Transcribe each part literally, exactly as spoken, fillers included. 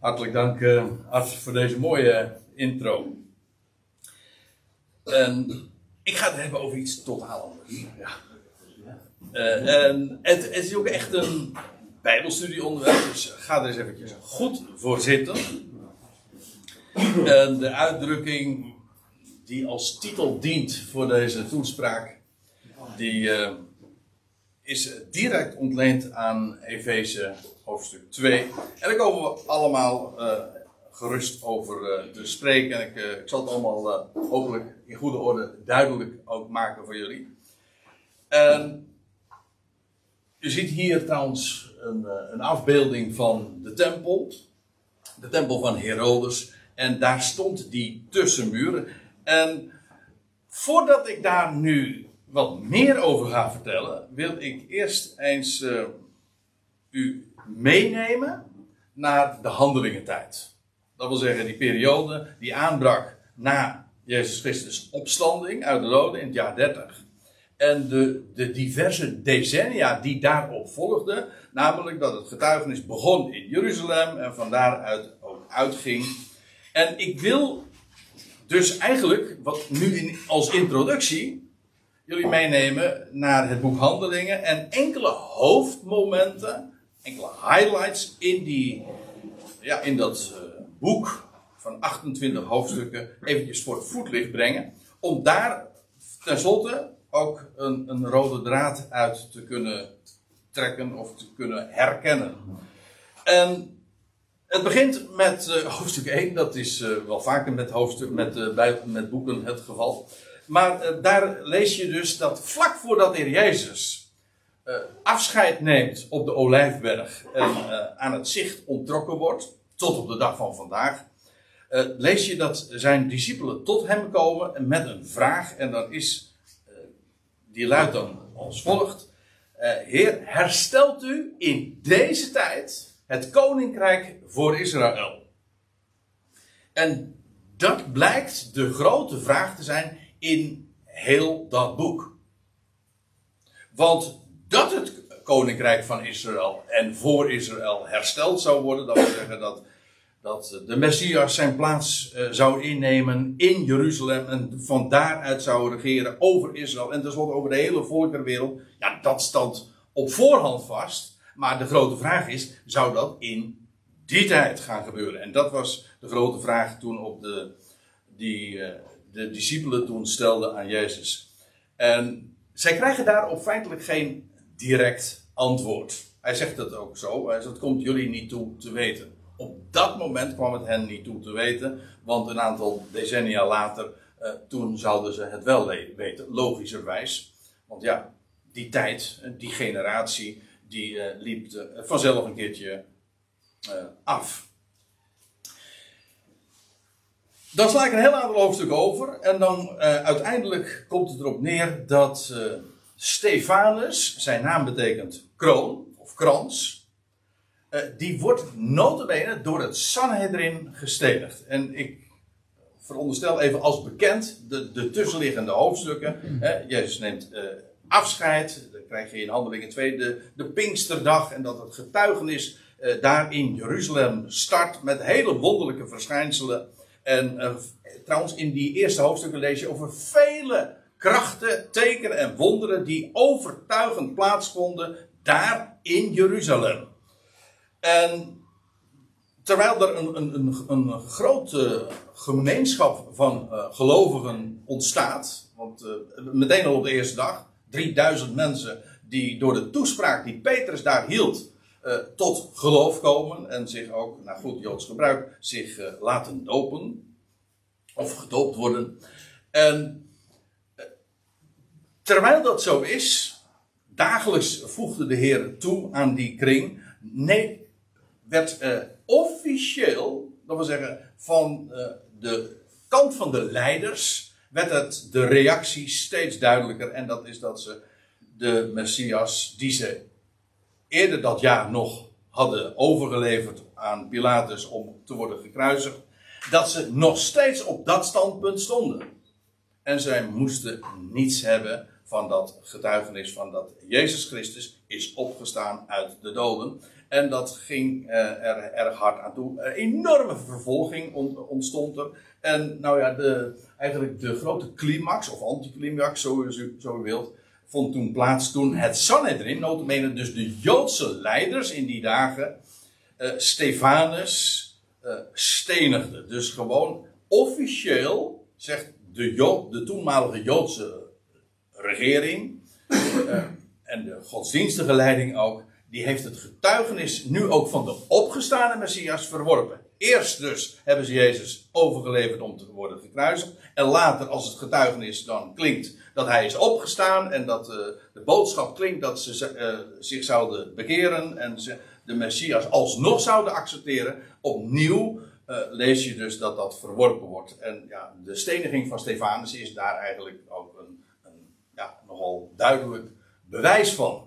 Hartelijk dank, uh, Art, voor deze mooie intro. En ik ga het hebben over iets totaal anders. Ja. Uh, en het, het is ook echt een Bijbelstudieonderwerp, dus ga er eens eventjes goed voor zitten. En de uitdrukking die als titel dient voor deze toespraak, die uh, is direct ontleend aan Efeze hoofdstuk twee. En daar komen we allemaal uh, gerust over uh, te spreken. En ik, uh, ik zal het allemaal uh, hopelijk in goede orde duidelijk ook maken voor jullie. Uh, u ziet hier trouwens een, uh, een afbeelding van de tempel. De tempel van Herodes. En daar stond die tussenmuur. En voordat ik daar nu wat meer over ga vertellen, wil ik eerst eens uh, u meenemen naar de handelingentijd. Dat wil zeggen die periode die aanbrak na Jezus Christus' opstanding uit de doden in het jaar dertig. En de, de diverse decennia die daarop volgden, namelijk dat het getuigenis begon in Jeruzalem en van daaruit ook uitging. En ik wil dus eigenlijk, wat nu in, als introductie, jullie meenemen naar het boek Handelingen en enkele hoofdmomenten, enkele highlights in, die, ja, in dat uh, boek van achtentwintig hoofdstukken eventjes voor het voetlicht brengen. Om daar tenslotte ook een, een rode draad uit te kunnen trekken of te kunnen herkennen. En het begint met uh, hoofdstuk één, dat is uh, wel vaker met, hoofdstuk, met, uh, bij, met boeken het geval. Maar uh, daar lees je dus dat vlak voordat de Heer Jezus uh, afscheid neemt op de Olijfberg en uh, aan het zicht onttrokken wordt, tot op de dag van vandaag, uh, lees je dat zijn discipelen tot hem komen met een vraag. En dat is, uh, die luidt dan als volgt. Uh, Heer, herstelt u in deze tijd het koninkrijk voor Israël? En dat blijkt de grote vraag te zijn in heel dat boek. Want dat het koninkrijk van Israël en voor Israël hersteld zou worden, dat wil zeggen dat, dat de Messias zijn plaats uh, zou innemen in Jeruzalem en van daaruit zou regeren over Israël en tenslotte over de hele volkerenwereld. Ja, dat stond op voorhand vast. Maar de grote vraag is, zou dat in die tijd gaan gebeuren? En dat was de grote vraag toen op de, die uh, de discipelen toen stelden aan Jezus. En zij krijgen daarop feitelijk geen direct antwoord. Hij zegt het ook zo. Hij zegt, het komt jullie niet toe te weten. Op dat moment kwam het hen niet toe te weten. Want een aantal decennia later, uh, toen zouden ze het wel weten. Logischerwijs. Want ja, die tijd, die generatie, die uh, liep uh, vanzelf een keertje uh, af. Dan sla ik een heel aantal hoofdstukken over. En dan uh, uiteindelijk komt het erop neer dat uh, Stefanus, zijn naam betekent kroon of krans, uh, die wordt nota bene door het Sanhedrin gestenigd. En ik veronderstel even als bekend de, de tussenliggende hoofdstukken. Hè, Jezus neemt uh, afscheid. Dan krijg je in Handelingen twee de, de Pinksterdag. En dat het getuigenis uh, daar in Jeruzalem start met hele wonderlijke verschijnselen. En uh, trouwens in die eerste hoofdstukken lees je over vele krachten, tekenen en wonderen die overtuigend plaatsvonden daar in Jeruzalem. En terwijl er een, een, een, een grote gemeenschap van uh, gelovigen ontstaat, want uh, meteen al op de eerste dag, drieduizend mensen die door de toespraak die Petrus daar hield, Uh, tot geloof komen en zich ook, naar goed Joods gebruik, zich uh, laten dopen. Of gedoopt worden. En uh, terwijl dat zo is, dagelijks voegde de Heer toe aan die kring. Nee, werd uh, officieel, dat wil zeggen, van uh, de kant van de leiders, werd het de reactie steeds duidelijker. En dat is dat ze de Messias, die ze eerder dat jaar nog hadden overgeleverd aan Pilatus om te worden gekruisigd, dat ze nog steeds op dat standpunt stonden. En zij moesten niets hebben van dat getuigenis van dat Jezus Christus is opgestaan uit de doden. En dat ging uh, er erg hard aan toe. Een enorme vervolging ontstond er. En nou ja, de, eigenlijk de grote climax, of anticlimax, zo, zo u wilt, vond toen plaats toen het Sanhedrin, nota bene dus de Joodse leiders in die dagen, uh, Stefanus uh, stenigde. Dus gewoon officieel, zegt de, Jood, de toenmalige Joodse regering, uh, en de godsdienstige leiding ook, die heeft het getuigenis nu ook van de opgestane Messias verworpen. Eerst dus hebben ze Jezus overgeleverd om te worden gekruisigd. En later, als het getuigenis dan klinkt dat hij is opgestaan en dat uh, de boodschap klinkt dat ze uh, zich zouden bekeren en ze de Messias alsnog zouden accepteren, opnieuw uh, lees je dus dat dat verworpen wordt. En ja, de steniging van Stefanus is daar eigenlijk ook een, een ja, nogal duidelijk bewijs van.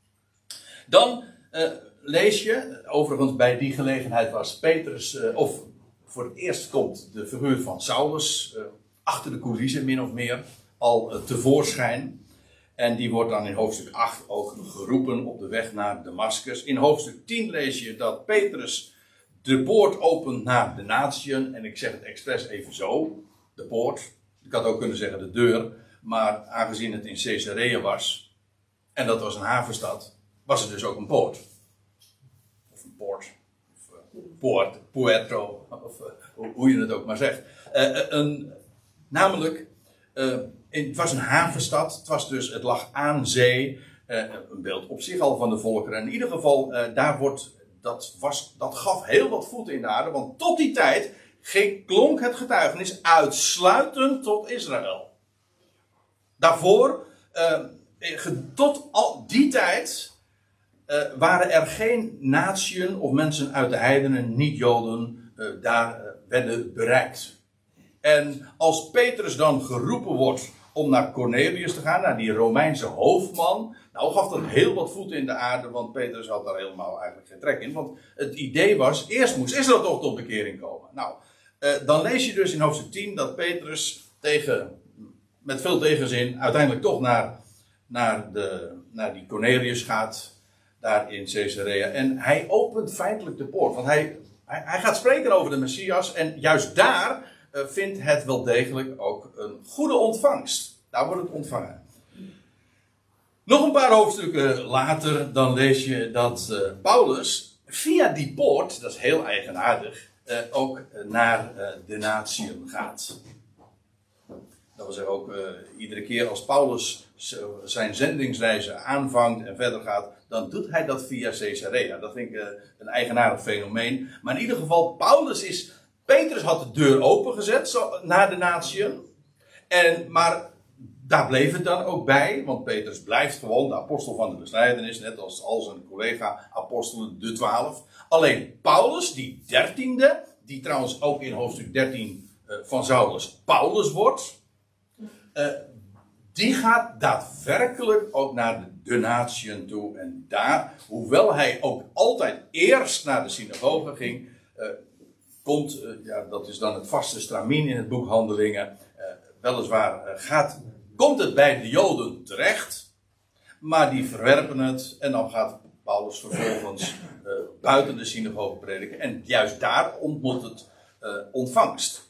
Dan uh, lees je, overigens bij die gelegenheid was Petrus, uh, of voor het eerst komt de figuur van Saulus uh, achter de coulissen min of meer al uh, tevoorschijn. En die wordt dan in hoofdstuk acht ook geroepen op de weg naar Damascus. In hoofdstuk tien lees je dat Petrus de poort opent naar de natieën. En ik zeg het expres even zo, de poort. Ik had ook kunnen zeggen de deur. Maar aangezien het in Caesarea was, en dat was een havenstad, was het dus ook een poort. Of een poort. Of uh, poort, puerto, of uh, hoe je het ook maar zegt. Uh, een, namelijk, uh, in, het was een havenstad. Het was dus, het lag aan zee. Uh, een beeld op zich al van de volkeren. In ieder geval, uh, daar wordt, dat, was, dat gaf heel wat voeten in de aarde. Want tot die tijd ging, klonk het getuigenis uitsluitend tot Israël. Daarvoor, uh, tot al die tijd, uh, waren er geen natieën of mensen uit de heidenen, niet-Joden, uh, daar uh, werden bereikt. En als Petrus dan geroepen wordt om naar Cornelius te gaan, naar die Romeinse hoofdman, nou gaf dat heel wat voeten in de aarde, want Petrus had daar helemaal eigenlijk geen trek in. Want het idee was, eerst moest Israël toch tot bekering komen. Nou, uh, dan lees je dus in hoofdstuk tien dat Petrus tegen, met veel tegenzin uiteindelijk toch naar, naar, de, naar die Cornelius gaat, daar in Caesarea. En hij opent feitelijk de poort, want hij, hij, hij gaat spreken over de Messias en juist daar Uh, vindt het wel degelijk ook een goede ontvangst. Daar wordt het ontvangen. Nog een paar hoofdstukken later, dan lees je dat uh, Paulus via die poort, dat is heel eigenaardig, uh, ook uh, naar uh, de natieën gaat. Dat wil zeggen ook, uh, iedere keer als Paulus zijn zendingsreizen aanvangt en verder gaat, dan doet hij dat via Caesarea. Dat vind ik uh, een eigenaardig fenomeen. Maar in ieder geval, Paulus is... Petrus had de deur opengezet zo, naar de natieën. En, maar daar bleef het dan ook bij. Want Petrus blijft gewoon de apostel van de besnijdenis. Net als al zijn collega-apostelen, de twaalf. Alleen Paulus, die dertiende. Die trouwens ook in hoofdstuk dertien uh, van Saulus Paulus wordt. Uh, die gaat daadwerkelijk ook naar de, de natieën toe. En daar, hoewel hij ook altijd eerst naar de synagoge ging... Uh, Komt, uh, ja, dat is dan het vaste stramien in het boek Handelingen. Uh, weliswaar uh, gaat, komt het bij de Joden terecht, maar die verwerpen het. En dan gaat Paulus vervolgens uh, buiten de synagoge prediken. En juist daar ontmoet het uh, ontvangst.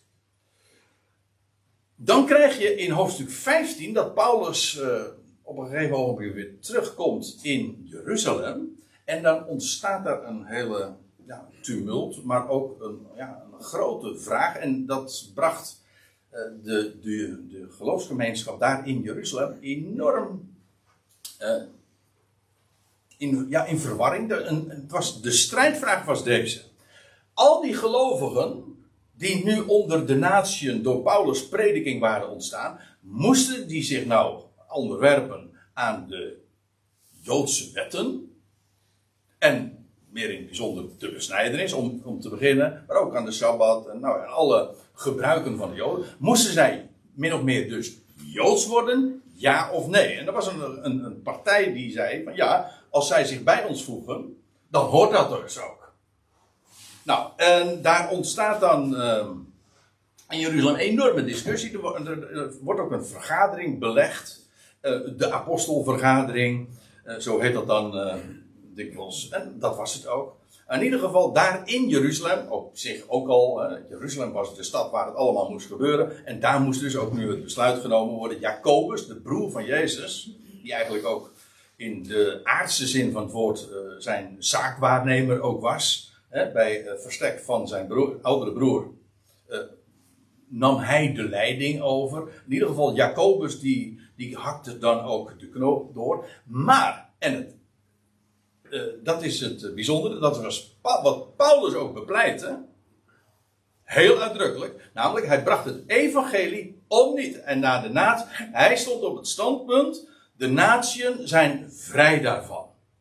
Dan krijg je in hoofdstuk vijftien dat Paulus uh, op een gegeven ogenblik weer terugkomt in Jeruzalem. En dan ontstaat er een hele... Ja, tumult, maar ook een, ja, een grote vraag. En dat bracht uh, de, de, de geloofsgemeenschap daar in Jeruzalem enorm uh, in, ja, in verwarring. De, een, het was, de strijdvraag was deze. Al die gelovigen die nu onder de natieën door Paulus' prediking waren ontstaan, moesten die zich nou onderwerpen aan de Joodse wetten en meer in het bijzonder de besnijdenis, om, om te beginnen, maar ook aan de Sabbat en nou, alle gebruiken van de Joden. Moesten zij min of meer dus Joods worden, ja of nee? En er was een, een, een partij die zei van ja, als zij zich bij ons voegen, dan hoort dat dus ook. Nou, en daar ontstaat dan uh, in Jeruzalem een enorme discussie. Er, wordt, er wordt ook een vergadering belegd, uh, de apostelvergadering, uh, zo heet dat dan... Uh, dikwijls, en dat was het ook. In ieder geval daar in Jeruzalem, op zich ook al, eh, Jeruzalem was de stad waar het allemaal moest gebeuren. En daar moest dus ook nu het besluit genomen worden. Jacobus, de broer van Jezus, die eigenlijk ook in de aardse zin van het woord uh, zijn zaakwaarnemer ook was. Hè, bij het uh, verstek van zijn broer, oudere broer uh, nam hij de leiding over. In ieder geval Jacobus die, die hakte dan ook de knoop door. Maar, en het, uh, dat is het bijzondere, dat was pa- wat Paulus ook bepleitte. Heel uitdrukkelijk. Namelijk, hij bracht het evangelie om niet. En na de naad, hij stond op het standpunt, de natieën zijn vrij daarvan.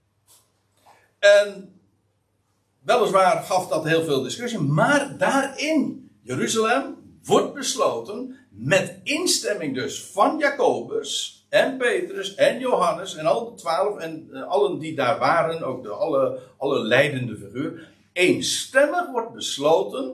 En weliswaar gaf dat heel veel discussie, maar daarin Jeruzalem wordt besloten, met instemming dus van Jacobus en Petrus en Johannes en al de twaalf en uh, allen die daar waren, ook de alle, alle leidende figuur, eenstemmig wordt besloten,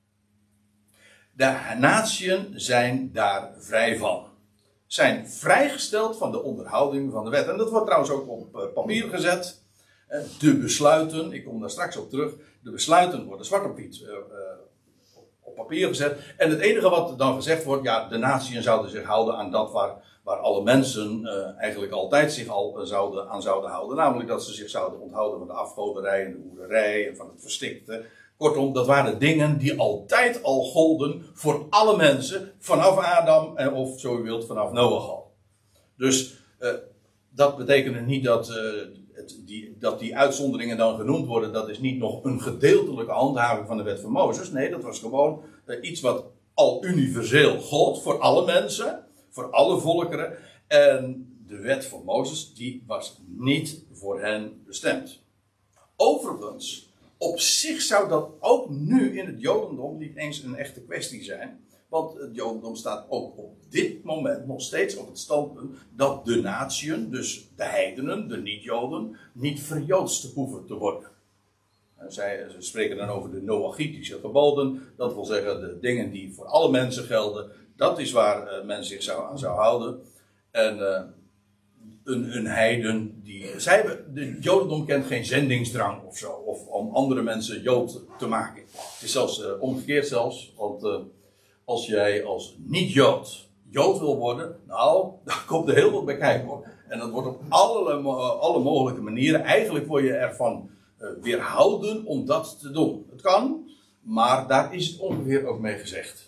de natieën zijn daar vrij van. Zijn vrijgesteld van de onderhouding van de wet. En dat wordt trouwens ook op uh, papier gezet. Uh, de besluiten, ik kom daar straks op terug, de besluiten worden zwart op wit uh, uh, op papier gezet. En het enige wat dan gezegd wordt, ja, de natieën zouden zich houden aan dat waar, waar alle mensen uh, eigenlijk altijd zich al uh, zouden, aan zouden houden. Namelijk dat ze zich zouden onthouden van de afgoderij en de hoererij en van het verstikte. Kortom, dat waren dingen die altijd al golden voor alle mensen, vanaf Adam en of zo u wilt vanaf Noach al. Dus uh, dat betekent niet dat, uh, het, die, dat die uitzonderingen dan genoemd worden, dat is niet nog een gedeeltelijke handhaving van de wet van Mozes. Nee, dat was gewoon uh, iets wat al universeel gold voor alle mensen, voor alle volkeren. En de wet van Mozes, die was niet voor hen bestemd. Overigens, op zich zou dat ook nu in het Jodendom niet eens een echte kwestie zijn. Want het Jodendom staat ook op dit moment nog steeds op het standpunt dat de natieën, dus de heidenen, de niet-Joden, niet verjoodst hoeven te worden. En zij, ze spreken dan over de Noachitische geboden. Dat wil zeggen de dingen die voor alle mensen gelden. Dat is waar uh, men zich zou, aan zou houden. En uh, een, een heiden die... Zij hebben, de Jodendom kent geen zendingsdrang of zo. Of om andere mensen Jood te maken. Het is zelfs uh, omgekeerd zelfs. Want uh, als jij als niet-Jood Jood wil worden, nou, dan komt er heel wat bij kijken hoor. En dat wordt op alle, alle mogelijke manieren. Eigenlijk word je ervan uh, weerhouden om dat te doen. Het kan, maar daar is het ongeveer ook mee gezegd.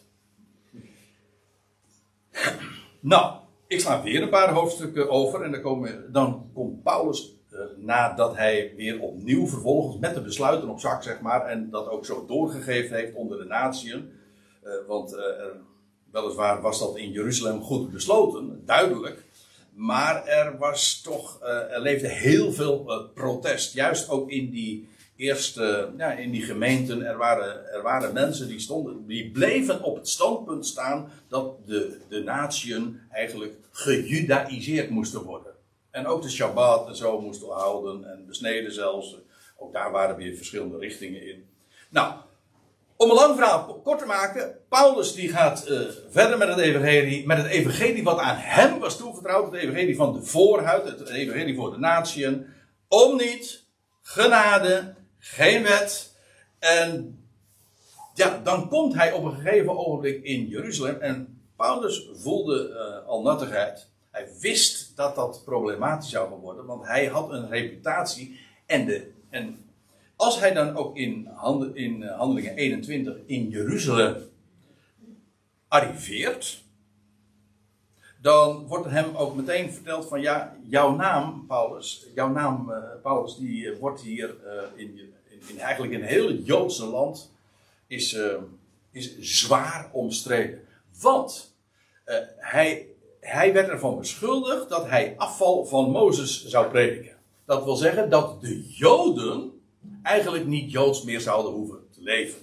Nou, ik sla weer een paar hoofdstukken over. En dan, komen, dan komt Paulus, uh, nadat hij weer opnieuw vervolgens met de besluiten op zak, zeg maar. En dat ook zo doorgegeven heeft onder de natieën. Uh, want uh, weliswaar was dat in Jeruzalem goed besloten, duidelijk. Maar er was toch, uh, er leefde heel veel uh, protest. Juist ook in die eerste, ja, in die gemeenten. Er waren, er waren mensen die stonden, die bleven op het standpunt staan dat de, de natieën eigenlijk gejudaïseerd moesten worden. En ook de Shabbat en zo moesten houden en besneden zelfs. Ook daar waren weer verschillende richtingen in. Nou, om een lang verhaal kort te maken, Paulus die gaat uh, verder met het evangelie, met het evangelie wat aan hem was toevertrouwd, het evangelie van de voorhuid, het evangelie voor de natieën, om niet, genade, geen wet. En ja, dan komt hij op een gegeven ogenblik in Jeruzalem en Paulus voelde uh, al nattigheid. Hij wist dat dat problematisch zou gaan worden, want hij had een reputatie en de... En als hij dan ook in, hand, in Handelingen eenentwintig in Jeruzalem arriveert, dan wordt er hem ook meteen verteld van ja, jouw naam, Paulus, jouw naam, uh, Paulus, die uh, wordt hier uh, in, in, in eigenlijk in een heel Joodse land is, uh, is zwaar omstreden. Want uh, hij, hij werd ervan beschuldigd dat hij afval van Mozes zou prediken. Dat wil zeggen dat de Joden eigenlijk niet Joods meer zouden hoeven te leven.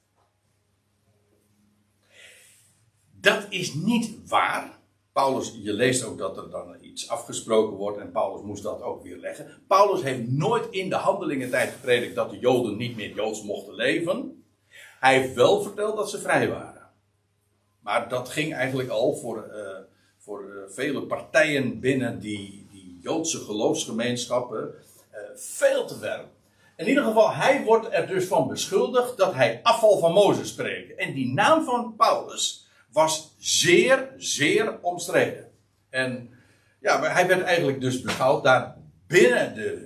Dat is niet waar. Paulus, je leest ook dat er dan iets afgesproken wordt en Paulus moest dat ook weer leggen. Paulus heeft nooit in de handelingentijd gepredikt dat de Joden niet meer Joods mochten leven. Hij heeft wel verteld dat ze vrij waren. Maar dat ging eigenlijk al voor, uh, voor uh, vele partijen binnen die, die Joodse geloofsgemeenschappen. Uh, veel te ver. In ieder geval, hij wordt er dus van beschuldigd dat hij afval van Mozes spreekt. En die naam van Paulus was zeer, zeer omstreden. En ja, maar hij werd eigenlijk dus beschouwd daar binnen de,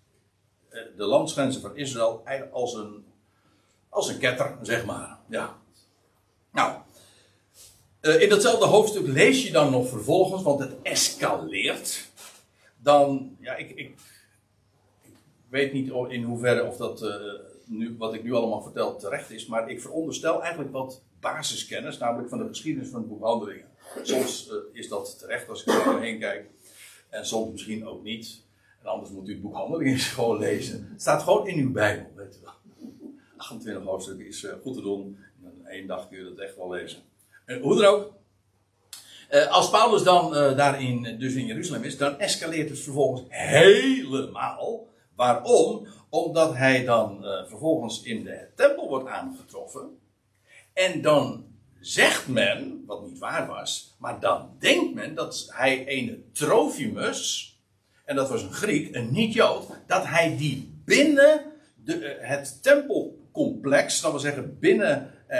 de landsgrenzen van Israël als een, als een ketter, zeg maar. Ja. Nou, in datzelfde hoofdstuk lees je dan nog vervolgens, want het escaleert. Dan, ja, ik, ik, ik weet niet in hoeverre of dat uh, nu, wat ik nu allemaal vertel terecht is, maar ik veronderstel eigenlijk wat basiskennis, namelijk van de geschiedenis van het boek Handelingen. Soms uh, is dat terecht als ik er doorheen kijk, en soms misschien ook niet. En anders moet u het boek Handelingen eens gewoon lezen. Het staat gewoon in uw Bijbel, weet u wel. achtentwintig hoofdstukken is uh, goed te doen. In één dag kun je dat echt wel lezen. En hoe dan ook. Uh, als Paulus dan uh, daarin, dus in Jeruzalem is, dan escaleert het vervolgens helemaal. Waarom? Omdat hij dan uh, vervolgens in de tempel wordt aangetroffen. En dan zegt men, wat niet waar was, maar dan denkt men dat hij ene Trofimus, en dat was een Griek, een niet-Jood, dat hij die binnen de, uh, het tempelcomplex, dat wil zeggen binnen, uh, uh,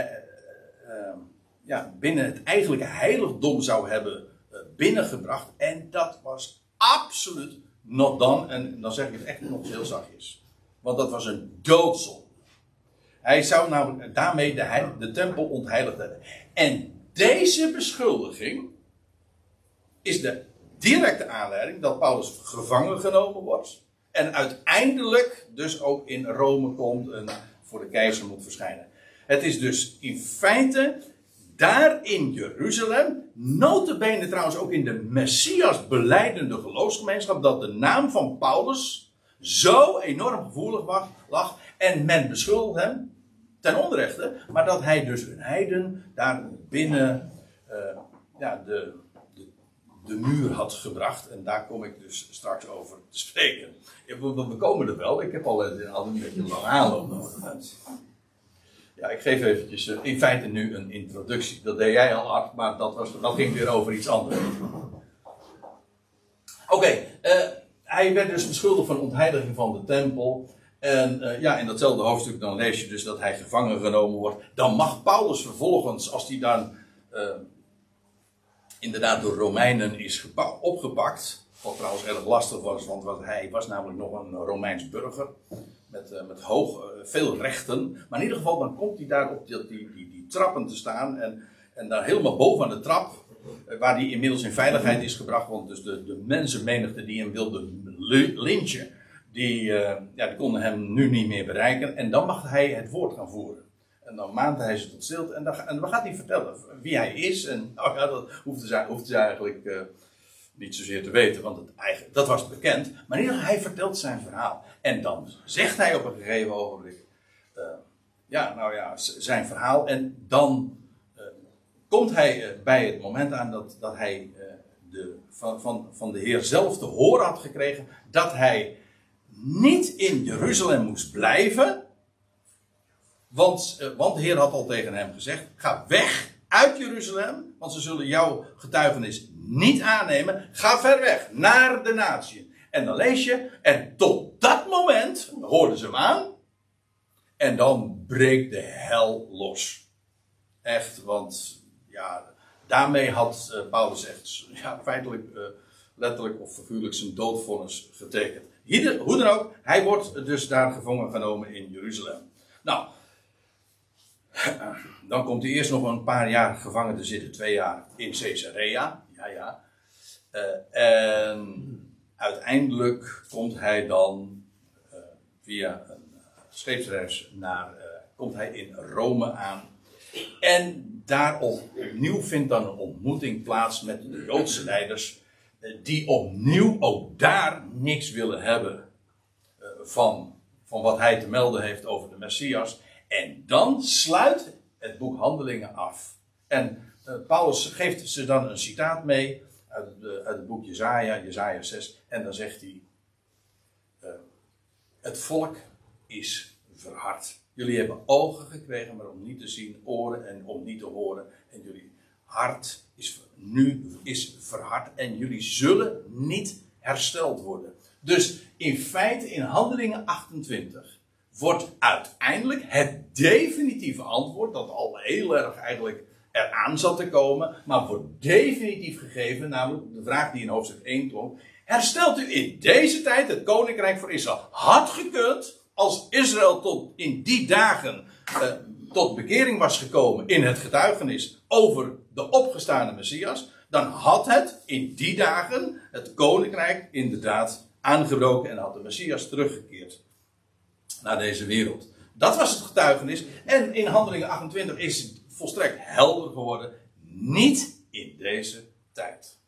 ja, binnen het eigenlijke heiligdom zou hebben uh, binnengebracht. En dat was absoluut not done. En dan zeg ik het echt nog heel zachtjes. Want dat was een doodzonde. Hij zou namelijk daarmee de, de tempel ontheiligd hebben. En deze beschuldiging is de directe aanleiding dat Paulus gevangen genomen wordt. En uiteindelijk dus ook in Rome komt en voor de keizer moet verschijnen. Het is dus in feite daar in Jeruzalem, nota bene trouwens ook in de Messias belijdende geloofsgemeenschap, dat de naam van Paulus zo enorm gevoelig lag. En men beschuldigt hem ten onrechte, maar dat hij dus een heiden daar binnen uh, ja, de, de, de muur had gebracht. En daar kom ik dus straks over te spreken. We komen er wel, ik heb al, al een beetje lang aanloop nodig. Ja, ik geef eventjes uh, in feite nu een introductie. Dat deed jij al, Art, maar dat, was, dat ging weer over iets anders. Oké, okay, uh, hij werd dus beschuldigd van ontheiliging van de tempel. En uh, ja, in datzelfde hoofdstuk dan lees je dus dat hij gevangen genomen wordt. Dan mag Paulus vervolgens, als hij dan uh, inderdaad door Romeinen is gepa- opgepakt. Wat trouwens erg lastig was, want wat, hij was namelijk nog een Romeins burger. Met, uh, met hoog, uh, veel rechten. Maar in ieder geval, dan komt hij daar op die, die, die, die trappen te staan. En, en daar helemaal boven aan de trap, uh, waar hij inmiddels in veiligheid is gebracht. Want dus de, de mensenmenigte die hem wilde lynchen, die, uh, ja, die konden hem nu niet meer bereiken. En dan mag hij het woord gaan voeren. En dan maande hij ze tot stilte. En dan, en dan gaat hij vertellen wie hij is. En nou ja, dat hoefde ze, hoefde ze eigenlijk uh, niet zozeer te weten. Want het eigen, dat was bekend. Maar in ieder geval, hij vertelt zijn verhaal. En dan zegt hij op een gegeven ogenblik, uh, ja, nou ja, z- zijn verhaal. En dan uh, komt hij uh, bij het moment aan dat, dat hij uh, de, van, van, van de Heer zelf te horen had gekregen dat hij niet in Jeruzalem moest blijven. Want, uh, want de Heer had al tegen hem gezegd, ga weg uit Jeruzalem, want ze zullen jouw getuigenis niet aannemen. Ga ver weg, naar de natie. En dan lees je, en tot dat moment hoorden ze hem aan. En dan breekt de hel los. Echt, want ja, daarmee had uh, Paulus echt ja, feitelijk, uh, letterlijk of figuurlijk zijn doodvonnis getekend. Hier, hoe dan ook, hij wordt dus daar gevangen genomen in Jeruzalem. Nou, dan komt hij eerst nog een paar jaar gevangen te zitten, twee jaar in Caesarea. Ja, ja. Uh, en uiteindelijk komt hij dan uh, via een uh, scheepsreis naar, uh, komt hij in Rome aan. En daar opnieuw vindt dan een ontmoeting plaats met de Joodse leiders, uh, die opnieuw ook daar niks willen hebben uh, van, van wat hij te melden heeft over de Messias. En dan sluit het boek Handelingen af. En uh, Paulus geeft ze dan een citaat mee uit, de, uit het boek Jesaja, Jesaja zes. En dan zegt hij, uh, het volk is verhard. Jullie hebben ogen gekregen, maar om niet te zien, oren en om niet te horen. En jullie hart is nu is verhard en jullie zullen niet hersteld worden. Dus in feite in Handelingen achtentwintig wordt uiteindelijk het definitieve antwoord, dat al heel erg eigenlijk eraan zat te komen, maar wordt definitief gegeven, namelijk de vraag die in hoofdstuk één klonk: herstelt u in deze tijd het koninkrijk voor Israël? Had gekund, als Israël tot in die dagen uh, tot bekering was gekomen in het getuigenis over de opgestane Messias, dan had het in die dagen het koninkrijk inderdaad aangebroken en had de Messias teruggekeerd naar deze wereld. Dat was het getuigenis. En in Handelingen achtentwintig is het volstrekt helder geworden: niet in deze tijd.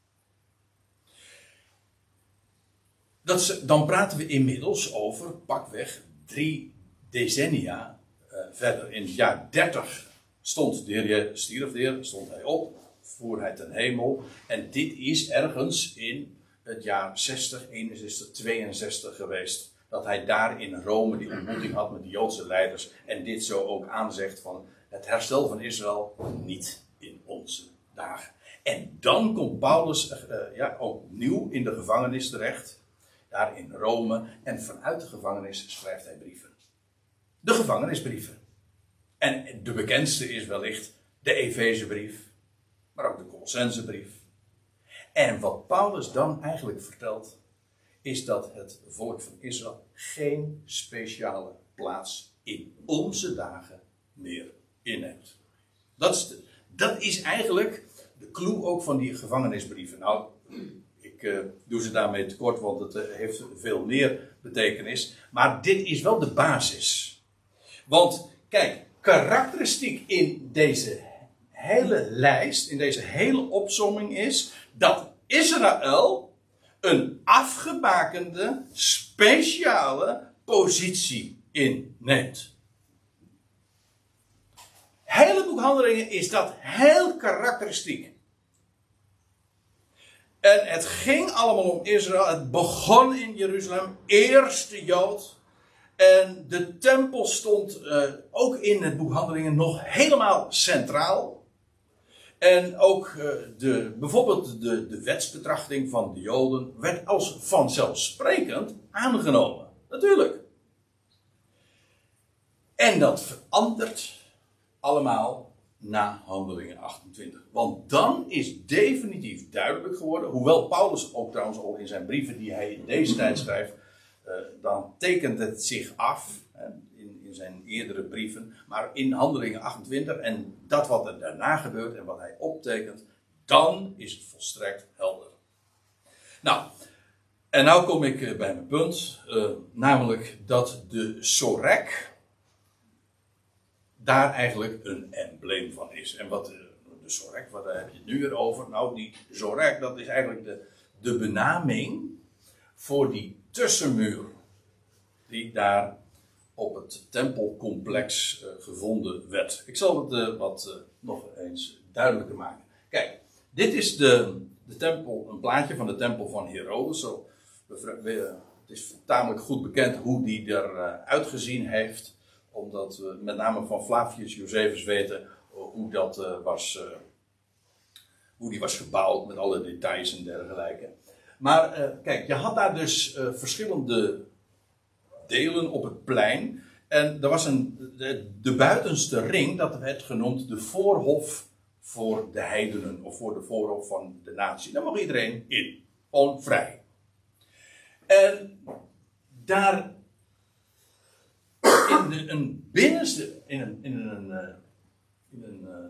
Dat is, dan praten we inmiddels over pakweg drie decennia uh, verder. In het jaar dertig stond de Heer, stierf de Heer, stond hij op, voer hij ten hemel. En dit is ergens in het jaar zestig, eenenzestig, tweeënzestig geweest. Dat hij daar in Rome die ontmoeting had met de Joodse leiders. En dit zo ook aanzegt van het herstel van Israël niet in onze dagen. En dan komt Paulus uh, ja, opnieuw in de gevangenis terecht. Daar in Rome. En vanuit de gevangenis schrijft hij brieven. De gevangenisbrieven. En de bekendste is wellicht de Efezebrief. Maar ook de Colossensebrief. En wat Paulus dan eigenlijk vertelt, is dat het volk van Israël geen speciale plaats in onze dagen meer inneemt. Dat is, de, dat is eigenlijk de clue ook van die gevangenisbrieven. Nou, ik uh, doe ze daarmee tekort, want het uh, heeft veel meer betekenis. Maar dit is wel de basis. Want, kijk, karakteristiek in deze hele lijst, in deze hele opsomming is dat Israël een afgebakende, speciale positie inneemt. Hele boek Handelingen is dat heel karakteristiek. En het ging allemaal om Israël. Het begon in Jeruzalem, eerste Jood. En de tempel stond uh, ook in het boek Handelingen nog helemaal centraal. En ook uh, de, bijvoorbeeld de, de wetsbetrachting van de Joden werd als vanzelfsprekend aangenomen. Natuurlijk. En dat verandert allemaal na Handelingen achtentwintig. Want dan is definitief duidelijk geworden, hoewel Paulus ook trouwens al in zijn brieven die hij in deze tijd schrijft, uh, dan tekent het zich af uh, in, in zijn eerdere brieven, maar in Handelingen achtentwintig en dat wat er daarna gebeurt en wat hij optekent, dan is het volstrekt helder. Nou, en nou kom ik uh, bij mijn punt, uh, namelijk dat de Sorek daar eigenlijk een embleem van is. En wat de, de Sorek, wat heb je het nu weer over? Nou, die Sorek, dat is eigenlijk de, de benaming voor die tussenmuur die daar op het tempelcomplex uh, gevonden werd. Ik zal het uh, wat uh, nog eens duidelijker maken. Kijk, dit is de, de tempel, een plaatje van de tempel van Herodes. Zo, we, we, het is tamelijk goed bekend hoe die eruit uh, uitgezien heeft, omdat we met name van Flavius Josephus weten hoe dat uh, was, uh, hoe die was gebouwd met alle details en dergelijke. Maar uh, kijk, je had daar dus uh, verschillende delen op het plein. En er was een, de, de buitenste ring, dat werd genoemd de voorhof voor de heidenen. Of voor de voorhof van de natie. Daar mag iedereen in. Gewoon vrij. En daar in de, een binnenste, in een, in een, uh, in een uh,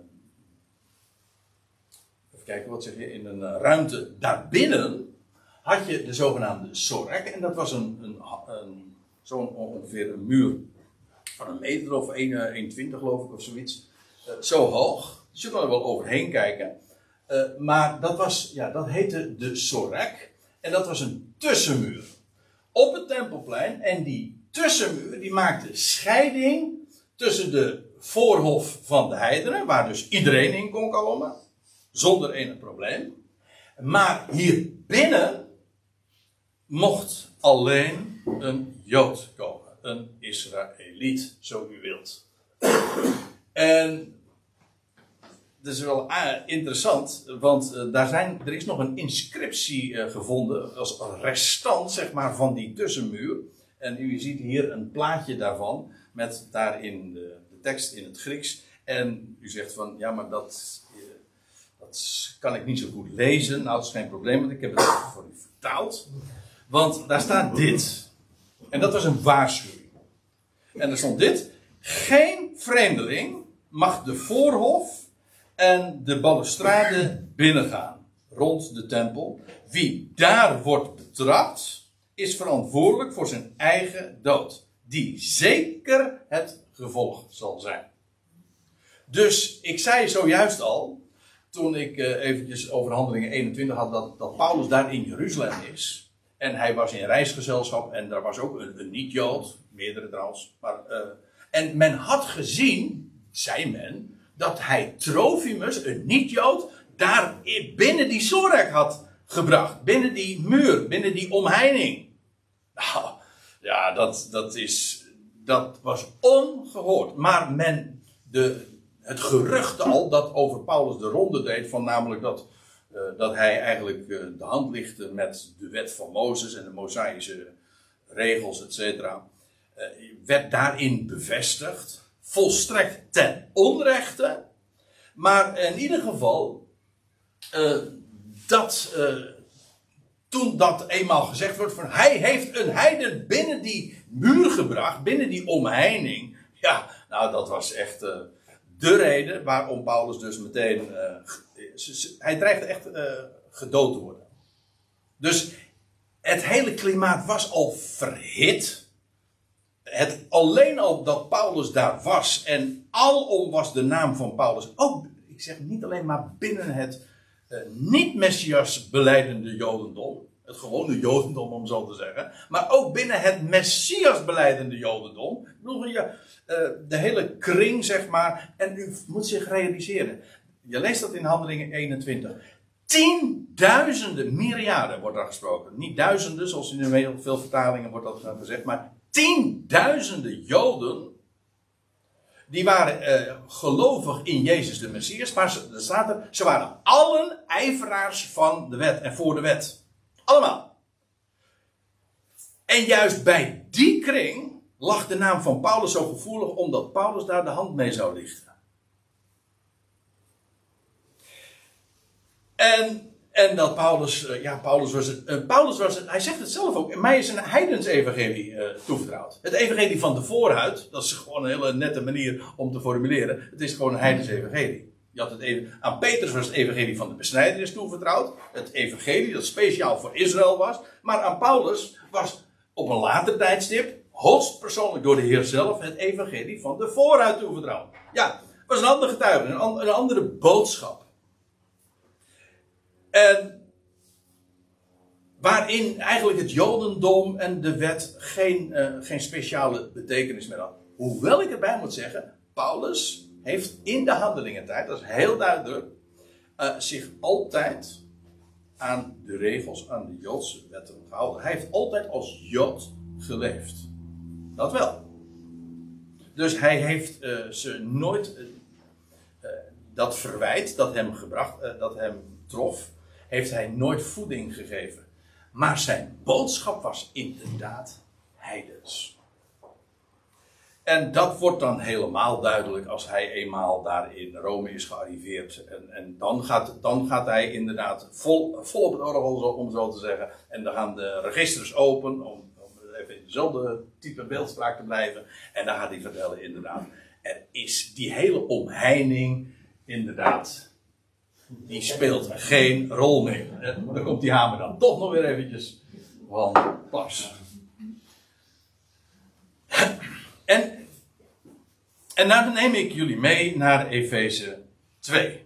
even kijken, wat zeg je, in een uh, ruimte daarbinnen had je de zogenaamde Sorek. En dat was een, een, een zo'n ongeveer een muur van een meter of één komma twintig geloof ik of zoiets. Uh, zo hoog. Dus je kon er wel overheen kijken. Uh, maar dat was, ja, dat heette de Sorek. En dat was een tussenmuur. Op het Tempelplein. En die tussenmuur die maakte scheiding tussen de voorhof van de heidenen, waar dus iedereen in kon komen. Zonder enig probleem. Maar hier binnen mocht alleen een Jood komen. Een Israëliet, zo u wilt. En dat is wel uh, interessant, want uh, daar zijn, er is nog een inscriptie uh, gevonden als restant, zeg maar, van die tussenmuur. En u ziet hier een plaatje daarvan met daarin de, de tekst in het Grieks. En u zegt van, ja, maar dat, uh, dat kan ik niet zo goed lezen. Nou, dat is geen probleem, want ik heb het voor u vertaald. Want daar staat dit. En dat was een waarschuwing. En er stond dit: geen vreemdeling mag de voorhof en de balustrade binnengaan rond de tempel. Wie daar wordt betrapt, is verantwoordelijk voor zijn eigen dood, die zeker het gevolg zal zijn. Dus ik zei zojuist al, toen ik uh, eventjes over Handelingen eenentwintig had, dat, dat Paulus daar in Jeruzalem is. En hij was in reisgezelschap en daar was ook een, een niet-Jood, meerdere trouwens. Maar, uh, en men had gezien, zei men, dat hij Trofimus, een niet-Jood, daar binnen die Sorek had gebracht. Binnen die muur, binnen die omheining. Nou, ja, dat, dat, is, dat was ongehoord. Maar men, de, het gerucht al dat over Paulus de ronde deed, van namelijk dat... Uh, dat hij eigenlijk uh, de hand lichtte met de wet van Mozes en de Mosaïsche regels, et cetera. Uh, werd daarin bevestigd. Volstrekt ten onrechte. Maar in ieder geval, uh, dat, uh, toen dat eenmaal gezegd wordt, van hij heeft een heiden binnen die muur gebracht, binnen die omheining. Ja, nou dat was echt uh, de reden waarom Paulus dus meteen... Uh, Hij dreigde echt uh, gedood te worden. Dus het hele klimaat was al verhit. Het, alleen al dat Paulus daar was. En alom was de naam van Paulus. Ook, ik zeg niet alleen maar binnen het uh, niet-Messias belijdende Jodendom. Het gewone Jodendom om zo te zeggen. Maar ook binnen het Messias belijdende Jodendom. Ik bedoel, ja, uh, de hele kring zeg maar. En u moet zich realiseren. Je leest dat in Handelingen eenentwintig. Tienduizenden, myriaden wordt daar gesproken. Niet duizenden, zoals in heel veel vertalingen wordt dat gezegd. Maar tienduizenden Joden. Die waren uh, gelovig in Jezus de Messias. Maar ze, er staat er, ze waren allen ijveraars van de wet en voor de wet. Allemaal. En juist bij die kring lag de naam van Paulus zo gevoelig, omdat Paulus daar de hand mee zou lichten. En, en dat Paulus, uh, ja, Paulus was het, uh, Paulus was het, hij zegt het zelf ook, mij is een heidens evangelie uh, toevertrouwd. Het evangelie van de voorhuid, dat is gewoon een hele nette manier om te formuleren. Het is gewoon een heidens evangelie. Je had het even, aan Petrus was het evangelie van de besnijdenis toevertrouwd. Het evangelie dat speciaal voor Israël was. Maar aan Paulus was op een later tijdstip, hoogstpersoonlijk door de Heer zelf, het evangelie van de voorhuid toevertrouwd. Ja, het was een andere getuige, een, an, een andere boodschap. En waarin eigenlijk het Jodendom en de wet geen, uh, geen speciale betekenis meer had. Hoewel ik erbij moet zeggen, Paulus heeft in de handelingentijd, dat is heel duidelijk, uh, zich altijd aan de regels, aan de Joodse wetten gehouden. Hij heeft altijd als Jood geleefd. Dat wel. Dus hij heeft uh, ze nooit uh, uh, dat verwijt dat hem gebracht, uh, dat hem trof, heeft hij nooit voeding gegeven. Maar zijn boodschap was inderdaad heidens. En dat wordt dan helemaal duidelijk als hij eenmaal daar in Rome is gearriveerd. En, en dan, gaat, dan gaat hij inderdaad vol, vol op het orgel, om zo te zeggen. En dan gaan de registers open, om, om even in dezelfde type beeldspraak te blijven. En dan gaat hij vertellen, inderdaad, er is die hele omheining, inderdaad, die speelt geen rol meer. Dan komt die hamer dan toch nog weer eventjes van pas. En, en nou neem ik jullie mee naar Efeze twee.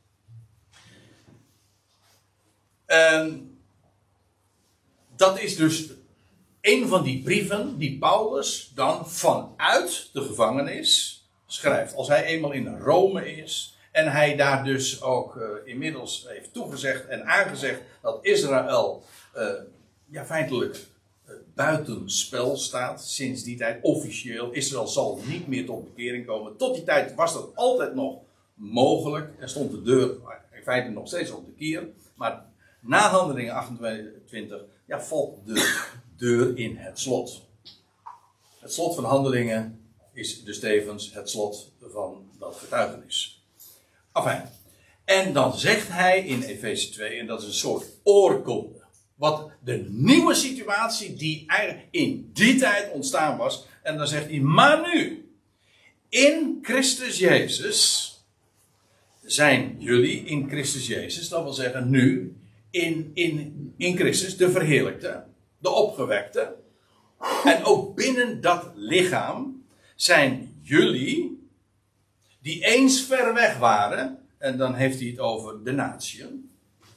En dat is dus een van die brieven die Paulus dan vanuit de gevangenis schrijft. Als hij eenmaal in Rome is en hij daar dus ook uh, inmiddels heeft toegezegd en aangezegd dat Israël uh, ja, feitelijk uh, buitenspel staat sinds die tijd officieel. Israël zal niet meer tot bekering komen. Tot die tijd was dat altijd nog mogelijk. Er stond de deur in feite nog steeds op de kier. Maar na Handelingen achtentwintig ja, valt de deur in het slot. Het slot van Handelingen is dus tevens het slot van dat getuigenis. Enfin. En dan zegt hij in Efeze twee, en dat is een soort oorkonde. Wat de nieuwe situatie die eigenlijk in die tijd ontstaan was. En dan zegt hij, maar nu, in Christus Jezus, zijn jullie in Christus Jezus, dat wil zeggen nu, in, in, in Christus, de verheerlijkte, de opgewekte. En ook binnen dat lichaam zijn jullie, die eens ver weg waren, en dan heeft hij het over de natieën.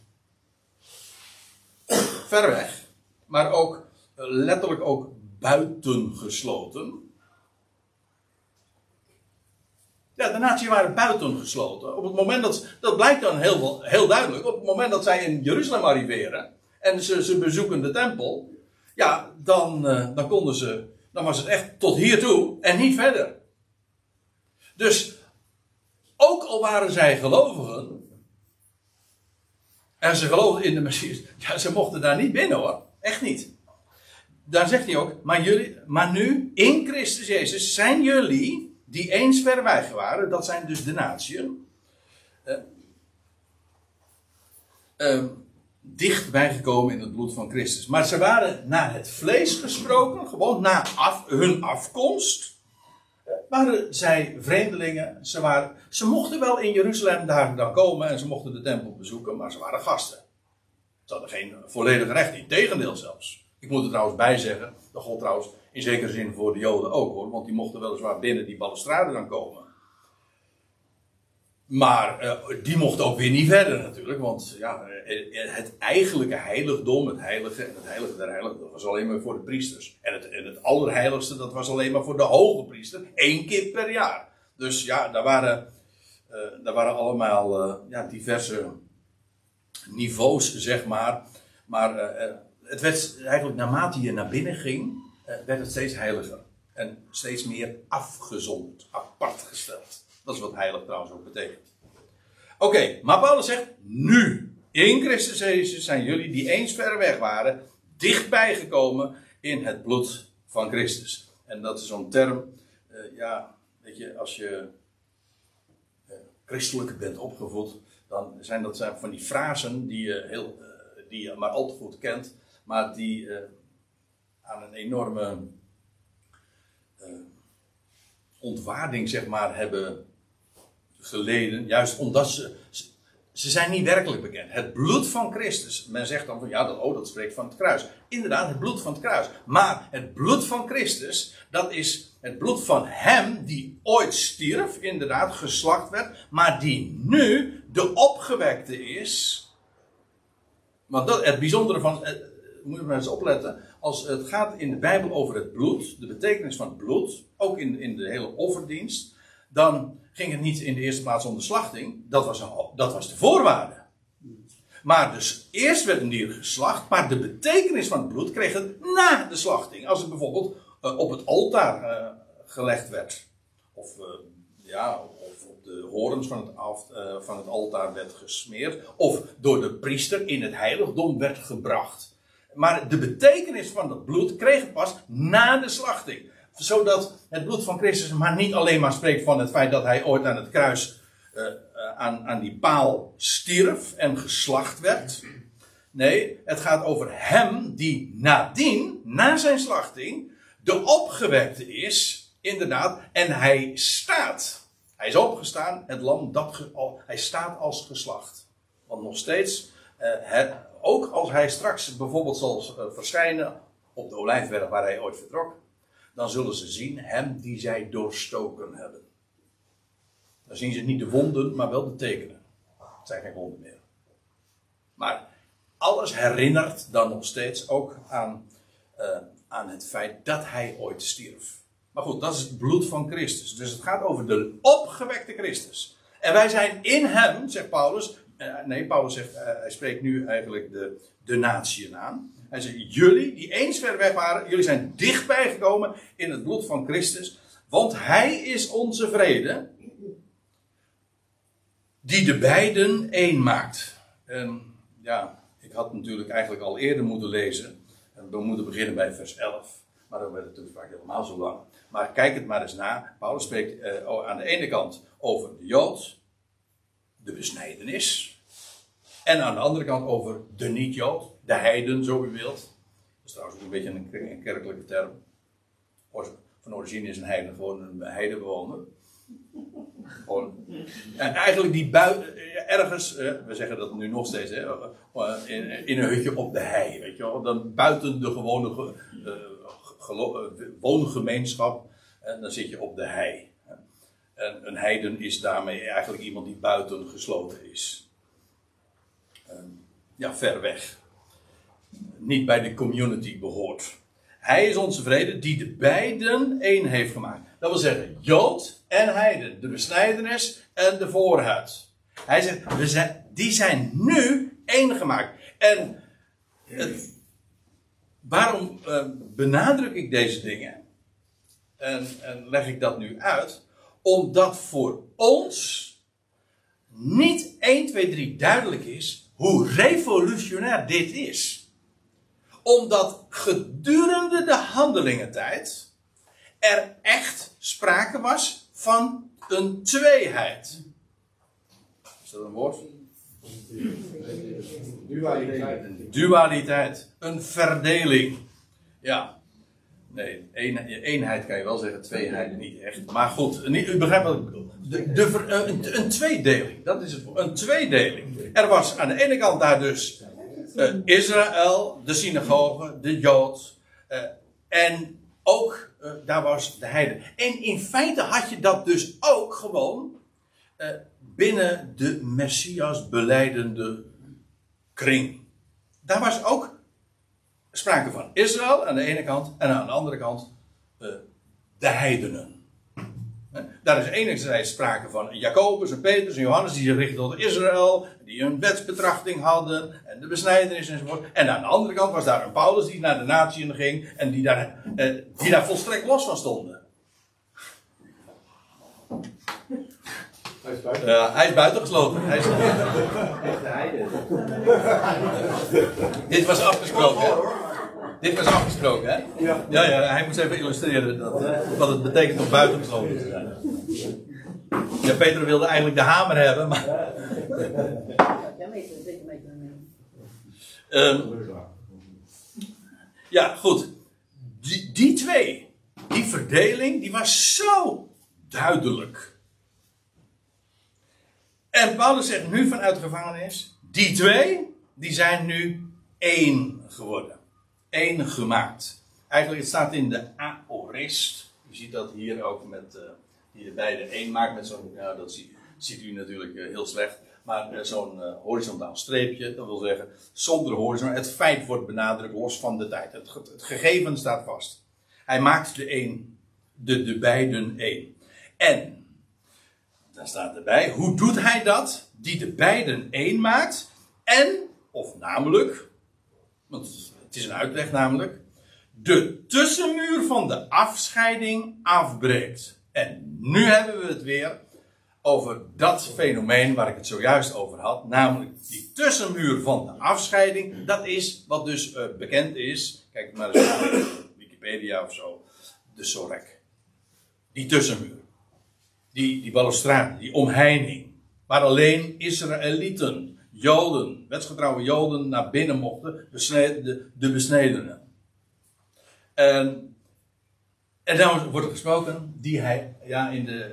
Ver weg, maar ook letterlijk ook buitengesloten. Ja, de natieën waren buitengesloten. Op het moment dat, dat blijkt dan heel, heel duidelijk, op het moment dat zij in Jeruzalem arriveren en ze, ze bezoeken de tempel, ja, dan, uh, dan konden ze, dan was het echt tot hier toe en niet verder. Dus, ook al waren zij gelovigen, en ze geloofden in de Messias, ja, ze mochten daar niet binnen hoor, echt niet. Daar zegt hij ook, maar, jullie, maar nu, in Christus Jezus, zijn jullie, die eens ver weg waren, dat zijn dus de natieën, uh, uh, dichtbij gekomen in het bloed van Christus. Maar ze waren naar het vlees gesproken, gewoon na af, hun afkomst, waren zij vreemdelingen. Ze, waren, ze mochten wel in Jeruzalem daar dan komen en ze mochten de tempel bezoeken, maar ze waren gasten. Ze hadden geen volledig recht, integendeel zelfs. Ik moet er trouwens bij zeggen, dat gold trouwens in zekere zin voor de Joden ook hoor, want die mochten weliswaar binnen die balustrade dan komen. Maar uh, die mochten ook weer niet verder natuurlijk, want ja, het eigenlijke heiligdom, het heilige en het heilige der heiligen, dat was alleen maar voor de priesters. En het, en het allerheiligste, dat was alleen maar voor de hoge priester, één keer per jaar. Dus ja, daar waren, uh, daar waren allemaal uh, ja, diverse niveaus, zeg maar. Maar uh, het werd eigenlijk, naarmate je naar binnen ging, uh, werd het steeds heiliger. En steeds meer afgezonderd, apart gesteld. Dat is wat heilig trouwens ook betekent. Oké, okay, maar Paulus zegt, nu, in Christus Jezus zijn jullie die eens ver weg waren, dichtbij gekomen in het bloed van Christus. En dat is zo'n term, uh, ja, weet je, als je uh, christelijk bent opgevoed, dan zijn dat zijn van die frasen die je, heel, uh, die je maar al te goed kent, maar die uh, aan een enorme uh, ontwaarding, zeg maar, hebben geleden, juist omdat ze, ze zijn niet werkelijk bekend. Het bloed van Christus, men zegt dan van ja, dat, oh, dat spreekt van het kruis. Inderdaad, het bloed van het kruis. Maar het bloed van Christus, dat is het bloed van hem die ooit stierf, inderdaad, geslacht werd, maar die nu de opgewekte is. Want dat, het bijzondere van, eh, moet je maar eens opletten, als het gaat in de Bijbel over het bloed, de betekenis van het bloed, ook in, in de hele offerdienst, dan ging het niet in de eerste plaats om de slachting. Dat was, een, dat was de voorwaarde. Maar dus eerst werd een dier geslacht, maar de betekenis van het bloed kreeg het na de slachting. Als het bijvoorbeeld uh, op het altaar uh, gelegd werd. Of, uh, ja, of op de horens van het, af, uh, van het altaar werd gesmeerd. Of door de priester in het heiligdom werd gebracht. Maar de betekenis van het bloed kreeg het pas na de slachting. Zodat het bloed van Christus maar niet alleen maar spreekt van het feit dat hij ooit aan het kruis, uh, uh, aan, aan die paal stierf en geslacht werd. Nee, het gaat over hem die nadien, na zijn slachting, de opgewekte is, inderdaad, en hij staat. Hij is opgestaan, het lam, dat ge, oh, hij staat als geslacht. Want nog steeds, uh, het, ook als hij straks bijvoorbeeld zal uh, verschijnen op de Olijfberg waar hij ooit vertrok, dan zullen ze zien hem die zij doorstoken hebben. Dan zien ze niet de wonden, maar wel de tekenen. Het zijn geen wonden meer. Maar alles herinnert dan nog steeds ook aan, uh, aan het feit dat hij ooit stierf. Maar goed, dat is het bloed van Christus. Dus het gaat over de opgewekte Christus. En wij zijn in hem, zegt Paulus. Uh, nee, Paulus zegt, uh, hij spreekt nu eigenlijk de, de natieën aan. Hij zegt, jullie die eens ver weg waren, jullie zijn dichtbij gekomen in het bloed van Christus. Want hij is onze vrede. die de beiden één maakt. En ja, ik had natuurlijk eigenlijk al eerder moeten lezen. En we moeten beginnen bij vers elf. Maar dan werd het toespraak helemaal zo lang. Maar kijk het maar eens na. Paulus spreekt uh, aan de ene kant over de Jood, de besnijdenis. En aan de andere kant over de niet-Jood, de heiden, zo u wilt. Dat is trouwens ook een beetje een, een kerkelijke term. Van origine is een heiden gewoon een heidebewoner. Gewoon. En eigenlijk die buiten, ergens, we zeggen dat nu nog steeds, hè, in, in een hutje op de hei, weet je wel. Dan buiten de gewone uh, gelo- woongemeenschap, en dan zit je op de hei. En een heiden is daarmee eigenlijk iemand die buiten gesloten is. Um, ja, ver weg. Niet bij de community behoort. Hij is onze vrede die de beiden één heeft gemaakt. Dat wil zeggen, Jood en heiden. De besnijdenis en de voorhuid. Hij zegt, we zijn, die zijn nu één gemaakt. En het, waarom uh, benadruk ik deze dingen? En, en leg ik dat nu uit? Omdat voor ons niet één, twee, drie duidelijk is hoe revolutionair dit is. Omdat gedurende de handelingentijd er echt sprake was van een tweeheid. Is dat een woord? Dualiteit. Een dualiteit. Een verdeling. Ja. Nee, een, eenheid kan je wel zeggen, tweeheid niet echt. Maar goed, u begrijpt wat ik bedoel. De, de, een, een tweedeling, dat is het woord. Een tweedeling. Er was aan de ene kant daar dus uh, Israël, de synagoge, de Jood. Uh, en ook, uh, daar was de heiden. En in feite had je dat dus ook gewoon uh, binnen de Messias belijdende kring. Daar was ook sprake van Israël aan de ene kant en aan de andere kant uh, de heidenen. Daar is enerzijds sprake van Jacobus en Petrus en Johannes die zich richten tot Israël, die een wetsbetrachting hadden en de besnijdenis enzovoort. En aan de andere kant was daar een Paulus die naar de natieën ging en die daar, uh, die daar volstrekt los van stonden. Hij is buiten. Uh, hij is buitengesloten. Hij is... Dit was afgesproken, hè? Dit was afgesproken, hè? Ja. Ja, ja, hij moest even illustreren dat, uh, wat het betekent om buitengesloten te zijn. Ja, Peter wilde eigenlijk de hamer hebben, maar... Um, ja, goed. Die, die twee, die verdeling, die was zo duidelijk. En Paulus zegt nu vanuit de gevangenis, die twee, die zijn nu één geworden. Eén gemaakt. Eigenlijk, het staat in de aorist. U ziet dat hier ook met, uh, die de beide één maakt met zo'n, nou dat ziet, ziet u natuurlijk uh, heel slecht, maar uh, zo'n uh, horizontaal streepje, dat wil zeggen, zonder horizon, het feit wordt benadrukt los van de tijd. Het, het gegeven staat vast. Hij maakt de één, de, de beiden één. En, dan staat erbij, hoe doet hij dat? Die de beiden één maakt. En, of namelijk, want het is een uitleg namelijk, de tussenmuur van de afscheiding afbreekt. En nu hebben we het weer over dat fenomeen waar ik het zojuist over had. Namelijk die tussenmuur van de afscheiding. Dat is wat dus uh, bekend is. Kijk maar eens op Wikipedia of zo. De Sorek. Die tussenmuur. Die, die balustrade, die omheining. Waar alleen Israëlieten, Joden, wetsgetrouwe Joden naar binnen mochten. Besneden, de, de besnedenen. En, en dan wordt er gesproken, die hij, ja, in de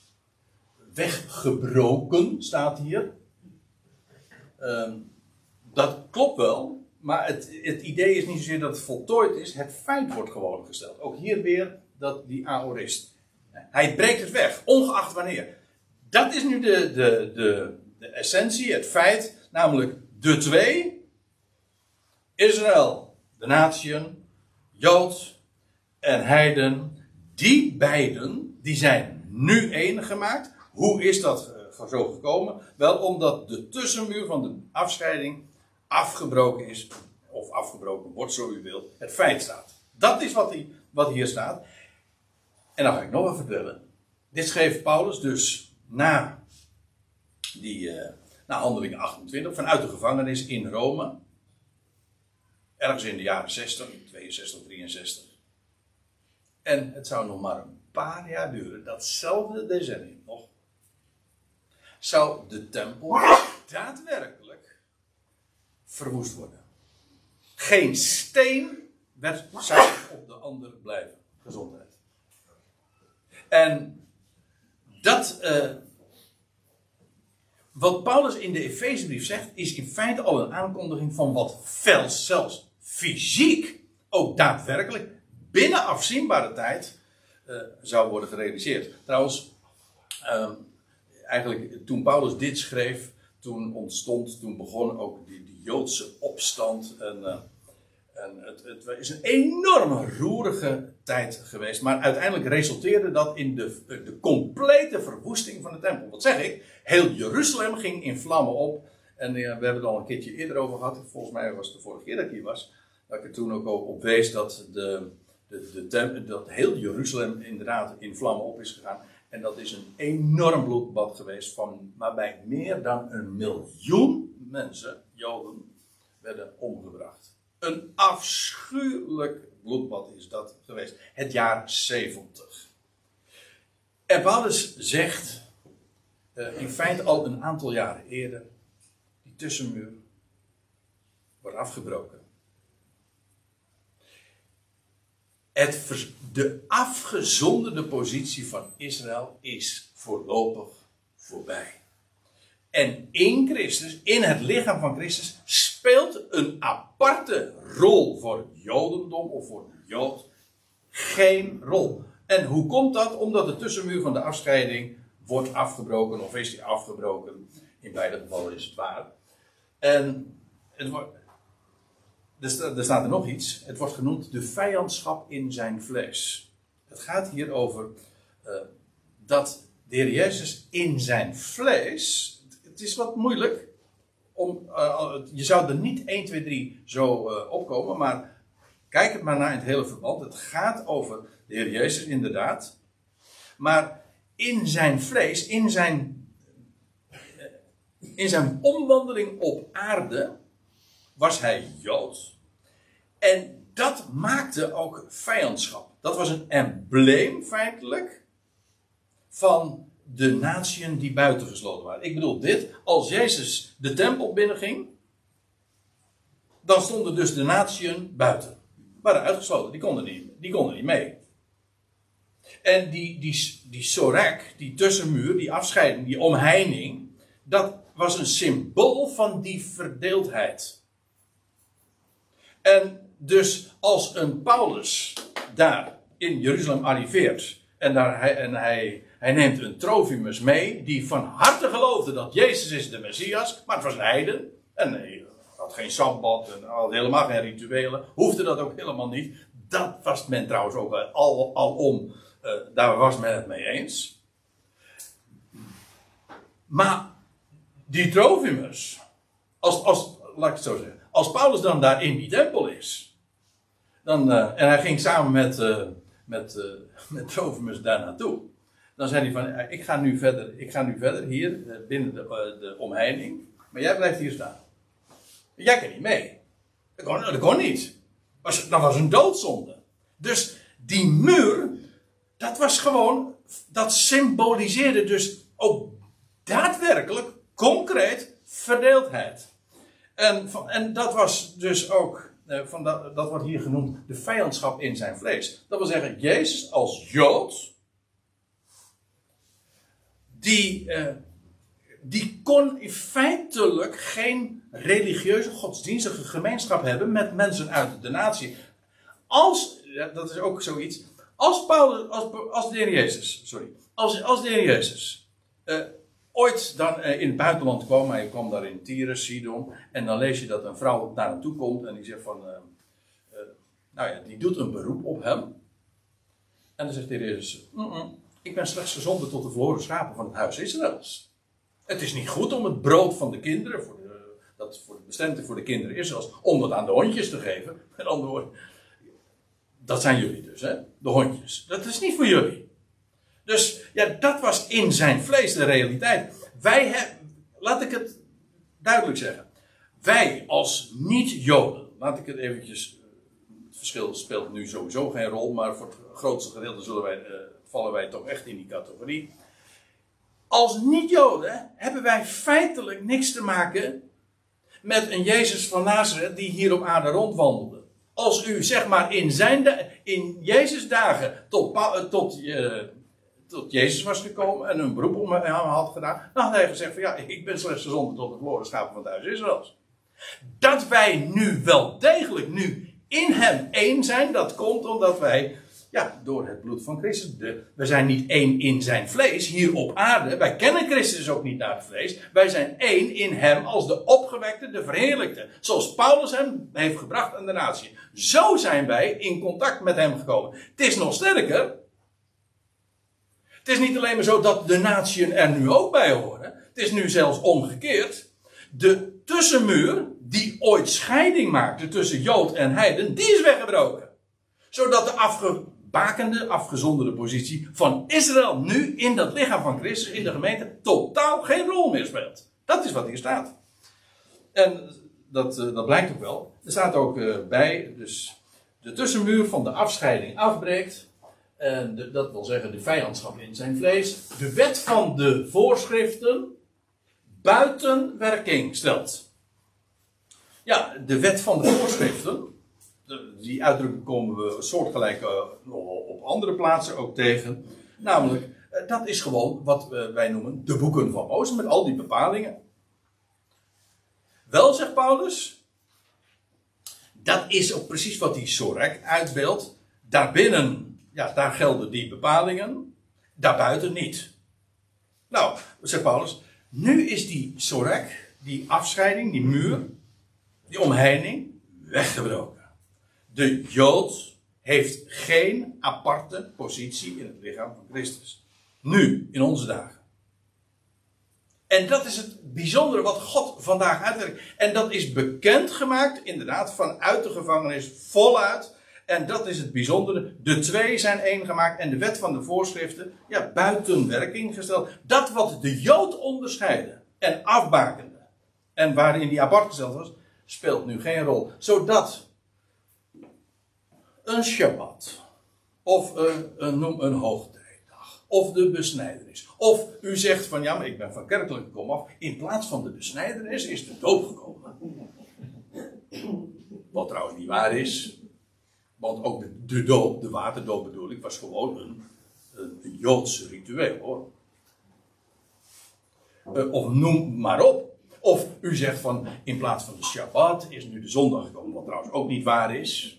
weggebroken staat hier. Um, dat klopt wel, maar het, het idee is niet zozeer dat het voltooid is, het feit wordt gewoon gesteld. Ook hier weer dat die aorist. Hij breekt het weg, ongeacht wanneer. Dat is nu de, de, de, de essentie, het feit, namelijk de twee, Israël, de natieën, Jood en heiden, die beiden, die zijn nu één gemaakt. Hoe is dat uh, zo gekomen? Wel, omdat de tussenmuur van de afscheiding afgebroken is, of afgebroken wordt, zo u wilt, het feit staat. Dat is wat, die, wat hier staat. En dan ga ik nog wat vertellen. Dit schreef Paulus dus na die, uh, na handelingen achtentwintig, vanuit de gevangenis in Rome. Ergens in de jaren zestig, tweeënzestig, drieënzestig. En het zou nog maar een paar jaar duren, datzelfde decennium nog, zou de tempel daadwerkelijk verwoest worden. Geen steen werd, zou op de ander blijven. Gezondheid. En dat, uh, wat Paulus in de Efezebrief zegt, is in feite al een aankondiging van wat fel, zelfs fysiek, ook daadwerkelijk, binnen afzienbare tijd, uh, zou worden gerealiseerd. Trouwens, uh, eigenlijk toen Paulus dit schreef, toen ontstond, toen begon ook die, die Joodse opstand. En, uh, en het, het is een enorme roerige tijd geweest. Maar uiteindelijk resulteerde dat in de, de complete verwoesting van de tempel. Wat zeg ik? Heel Jeruzalem ging in vlammen op. En uh, we hebben het al een keertje eerder over gehad. Volgens mij was het de vorige keer dat ik hier was. Dat ik er toen ook op wees dat, de, de, de tempel, dat heel Jeruzalem inderdaad in vlammen op is gegaan. En dat is een enorm bloedbad geweest, van, waarbij meer dan een miljoen mensen, Joden, werden omgebracht. Een afschuwelijk bloedbad is dat geweest. Het jaar zeventig. En Paulus zegt, uh, in feite al een aantal jaren eerder, die tussenmuur wordt afgebroken. Het, de afgezonderde positie van Israël is voorlopig voorbij. En in Christus, in het lichaam van Christus, speelt een aparte rol voor het Jodendom of voor de Jood geen rol. En hoe komt dat? Omdat de tussenmuur van de afscheiding wordt afgebroken, of is die afgebroken. In beide gevallen is het waar. En het wordt... Er staat er nog iets. Het wordt genoemd de vijandschap in zijn vlees. Het gaat hier over uh, dat de Heer Jezus in zijn vlees... Het is wat moeilijk. Om, uh, je zou er niet één, twee, drie zo uh, opkomen. Maar kijk het maar naar het hele verband. Het gaat over de Heer Jezus inderdaad. Maar in zijn vlees, in zijn, uh, in zijn omwandeling op aarde... was hij Jood. En dat maakte ook vijandschap. Dat was een embleem feitelijk van de natieën die buitengesloten waren. Ik bedoel dit, als Jezus de tempel binnenging, dan stonden dus de natieën buiten. Waren uitgesloten, die konden niet, die konden niet mee. En die, die, die sorek, die tussenmuur, die afscheiding, die omheining, dat was een symbool van die verdeeldheid. En dus als een Paulus daar in Jeruzalem arriveert en, daar hij, en hij, hij neemt een Trofimus mee die van harte geloofde dat Jezus is de Messias, maar het was een heiden en hij had geen sabbat en had helemaal geen rituelen, hoefde dat ook helemaal niet. Dat was men trouwens ook al, alom, uh, daar was men het mee eens. Maar die Trofimus, als, als, laat ik het zo zeggen, als Paulus dan daar in die tempel is, dan, uh, en hij ging samen met, uh, met, uh, met Trofimus daar naartoe, dan zei hij van, uh, ik ga nu verder, ik ga nu verder hier, uh, binnen de, uh, de omheining, maar jij blijft hier staan. Jij kan niet mee. Dat kon, dat kon niet. Was, dat was een doodzonde. Dus die muur, dat was gewoon, dat symboliseerde dus ook daadwerkelijk, concreet, verdeeldheid. En, en dat was dus ook, eh, van dat, dat wordt hier genoemd, de vijandschap in zijn vlees. Dat wil zeggen, Jezus als Jood, die, eh, die kon feitelijk geen religieuze, godsdienstige gemeenschap hebben met mensen uit de natie. Als, ja, dat is ook zoiets, als Paulus, als, als de Heer Jezus, sorry, als, als de Heer Jezus, eh, ooit dan uh, in het buitenland kwam, hij kwam daar in Tyrus, Sidon, en dan lees je dat een vrouw daar naartoe komt en die zegt van, uh, uh, nou ja, die doet een beroep op hem. En dan zegt de Heer Jezus, ik ben slechts gezonden tot de verloren schapen van het huis Israëls. Het is niet goed om het brood van de kinderen, voor de, dat voor de bestemd voor de kinderen Israëls, om dat aan de hondjes te geven. Met andere woorden, dat zijn jullie dus, hè, de hondjes. Dat is niet voor jullie. Dus ja, dat was in zijn vlees de realiteit. Wij hebben, laat ik het duidelijk zeggen. Wij als niet-Joden, laat ik het eventjes, het verschil speelt nu sowieso geen rol, maar voor het grootste gedeelte zullen wij, uh, vallen wij toch echt in die categorie. Als niet-Joden hebben wij feitelijk niks te maken met een Jezus van Nazareth die hier op aarde rondwandelde. Als u zeg maar in, zijn da- in Jezus' dagen tot, tot, uh, tot Jezus was gekomen en een beroep om hem had gedaan, dan had hij gezegd van ja, ik ben slechts gezonden tot de verloren schapen van het huis Israëls. Dat wij nu wel degelijk nu in hem één zijn, dat komt omdat wij, ja, door het bloed van Christus, de, we zijn niet één in zijn vlees, hier op aarde, wij kennen Christus ook niet naar het vlees, wij zijn één in hem als de opgewekte, de verheerlijkte, zoals Paulus hem heeft gebracht aan de natie. Zo zijn wij in contact met hem gekomen. Het is nog sterker, het is niet alleen maar zo dat de natieën er nu ook bij horen, het is nu zelfs omgekeerd. De tussenmuur die ooit scheiding maakte tussen Jood en heiden, die is weggebroken. Zodat de afgebakende, afgezonderde positie van Israël nu in dat lichaam van Christus, in de gemeente, totaal geen rol meer speelt. Dat is wat hier staat. En dat, uh, dat blijkt ook wel. Er staat ook uh, bij, dus de tussenmuur van de afscheiding afbreekt. En de, dat wil zeggen de vijandschap in zijn vlees. De wet van de voorschriften buiten werking stelt. Ja, de wet van de voorschriften. De, die uitdrukking komen we soortgelijk uh, nog op andere plaatsen ook tegen. Namelijk, uh, dat is gewoon wat uh, wij noemen de boeken van Mozes met al die bepalingen. Wel, zegt Paulus, dat is ook precies wat die Sorek uitbeeldt. Daarbinnen, ja, daar gelden die bepalingen. Daarbuiten niet. Nou, zegt Paulus, nu is die Sorek, die afscheiding, die muur, die omheining, weggebroken. De Jood heeft geen aparte positie in het lichaam van Christus. Nu, in onze dagen. En dat is het bijzondere wat God vandaag uitwerkt. En dat is bekendgemaakt, inderdaad, vanuit de gevangenis, voluit. En dat is het bijzondere. De twee zijn één gemaakt en de wet van de voorschriften, ja, buiten werking gesteld. Dat wat de Jood onderscheidde en afbakende, en waarin die apart gesteld was, speelt nu geen rol. Zodat een Shabbat, of een, een, noem een hoogtijdag, of de besnijdenis. Of u zegt van ja, maar ik ben van kerkelijke komaf. In plaats van de besnijdenis is de doop gekomen. Wat trouwens niet waar is. Want ook de, de doop, de waterdoop bedoel ik, was gewoon een, een, een Joods ritueel hoor. Uh, of noem maar op. Of u zegt van in plaats van de Shabbat is nu de zondag gekomen. Wat trouwens ook niet waar is.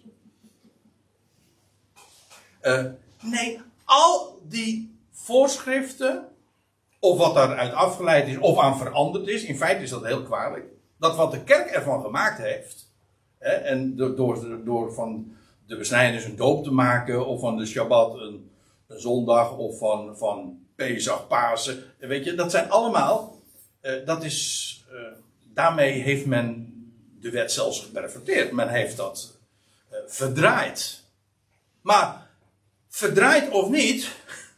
Uh, nee, al die voorschriften, of wat daaruit afgeleid is, of aan veranderd is, in feite is dat heel kwalijk. Dat wat de kerk ervan gemaakt heeft, hè, en door, door, door van de besnijdenis een doop te maken, of van de Shabbat een, een zondag, of van, van Pesach, Pasen, weet je, dat zijn allemaal, uh, dat is, uh, daarmee heeft men de wet zelfs geperverteerd. Men heeft dat uh, verdraaid. Maar verdraaid of niet,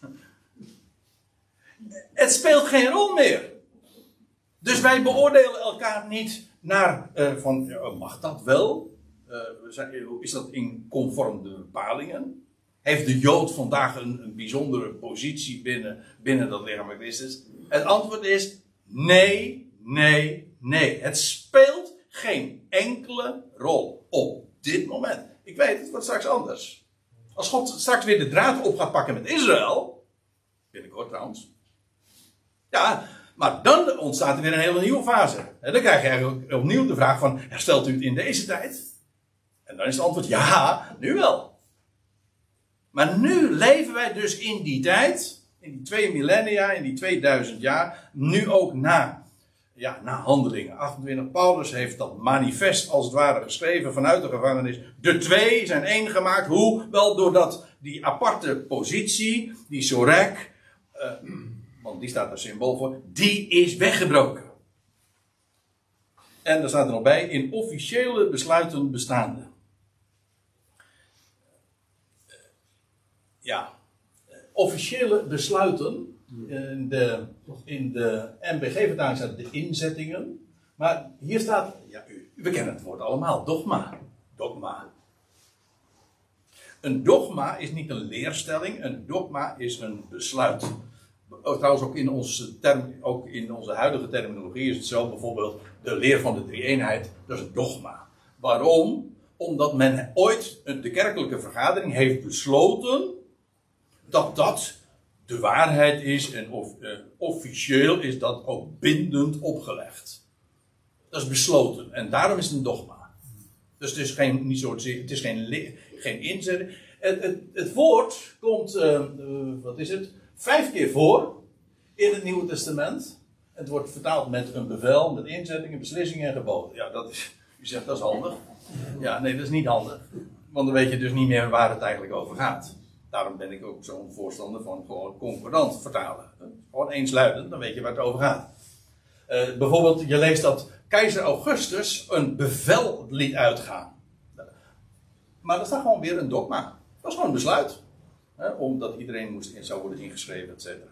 het speelt geen rol meer. Dus wij beoordelen elkaar niet naar uh, van, ja, mag dat wel? Uh, is dat in conform de bepalingen? Heeft de Jood vandaag een, een bijzondere positie binnen, binnen dat lichaam van Christus? Het antwoord is nee, nee, nee. Het speelt geen enkele rol op dit moment. Ik weet, het wordt straks anders. Als God straks weer de draad op gaat pakken met Israël, binnenkort trouwens, ja, maar dan ontstaat er weer een hele nieuwe fase. En dan krijg je eigenlijk opnieuw de vraag van, herstelt u het in deze tijd? En dan is het antwoord, ja, nu wel. Maar nu leven wij dus in die tijd, in die twee millennia, in die tweeduizend jaar, nu ook na, ja, na Handelingen achtentwintig. Paulus heeft dat manifest als het ware geschreven vanuit de gevangenis. De twee zijn één gemaakt. Hoe? Wel doordat die aparte positie, die sorek, uh, want die staat er symbool voor, die is weggebroken. En er staat er nog bij, in officiële besluiten bestaande. Ja, officiële besluiten In de, in de M B G-vertaling staat de inzettingen. Maar hier staat, ja, u, we kennen het woord allemaal, dogma. Dogma. Een dogma is niet een leerstelling, een dogma is een besluit. Oh, trouwens, ook in, onze term, ook in onze huidige terminologie is het zo, bijvoorbeeld de leer van de drie-eenheid, dat is een dogma. Waarom? Omdat men ooit, de kerkelijke vergadering heeft besloten dat dat de waarheid is en of, eh, officieel is dat ook bindend opgelegd. Dat is besloten en daarom is het een dogma. Dus het is geen, niet zo, het is geen, geen inzetting. Het, het, het woord komt, uh, uh, wat is het, vijf keer voor in het Nieuwe Testament. Het wordt vertaald met een bevel, met inzettingen, beslissingen en geboden. Ja, dat is, u zegt dat is handig. Ja, nee, dat is niet handig. Want dan weet je dus niet meer waar het eigenlijk over gaat. Daarom ben ik ook zo'n voorstander van gewoon concordant vertalen. Gewoon eensluidend, dan weet je waar het over gaat. Uh, bijvoorbeeld, je leest dat keizer Augustus een bevel liet uitgaan. Maar dat staat gewoon weer een dogma. Dat is gewoon een besluit. Hè, omdat iedereen moest in, zou worden ingeschreven, et cetera.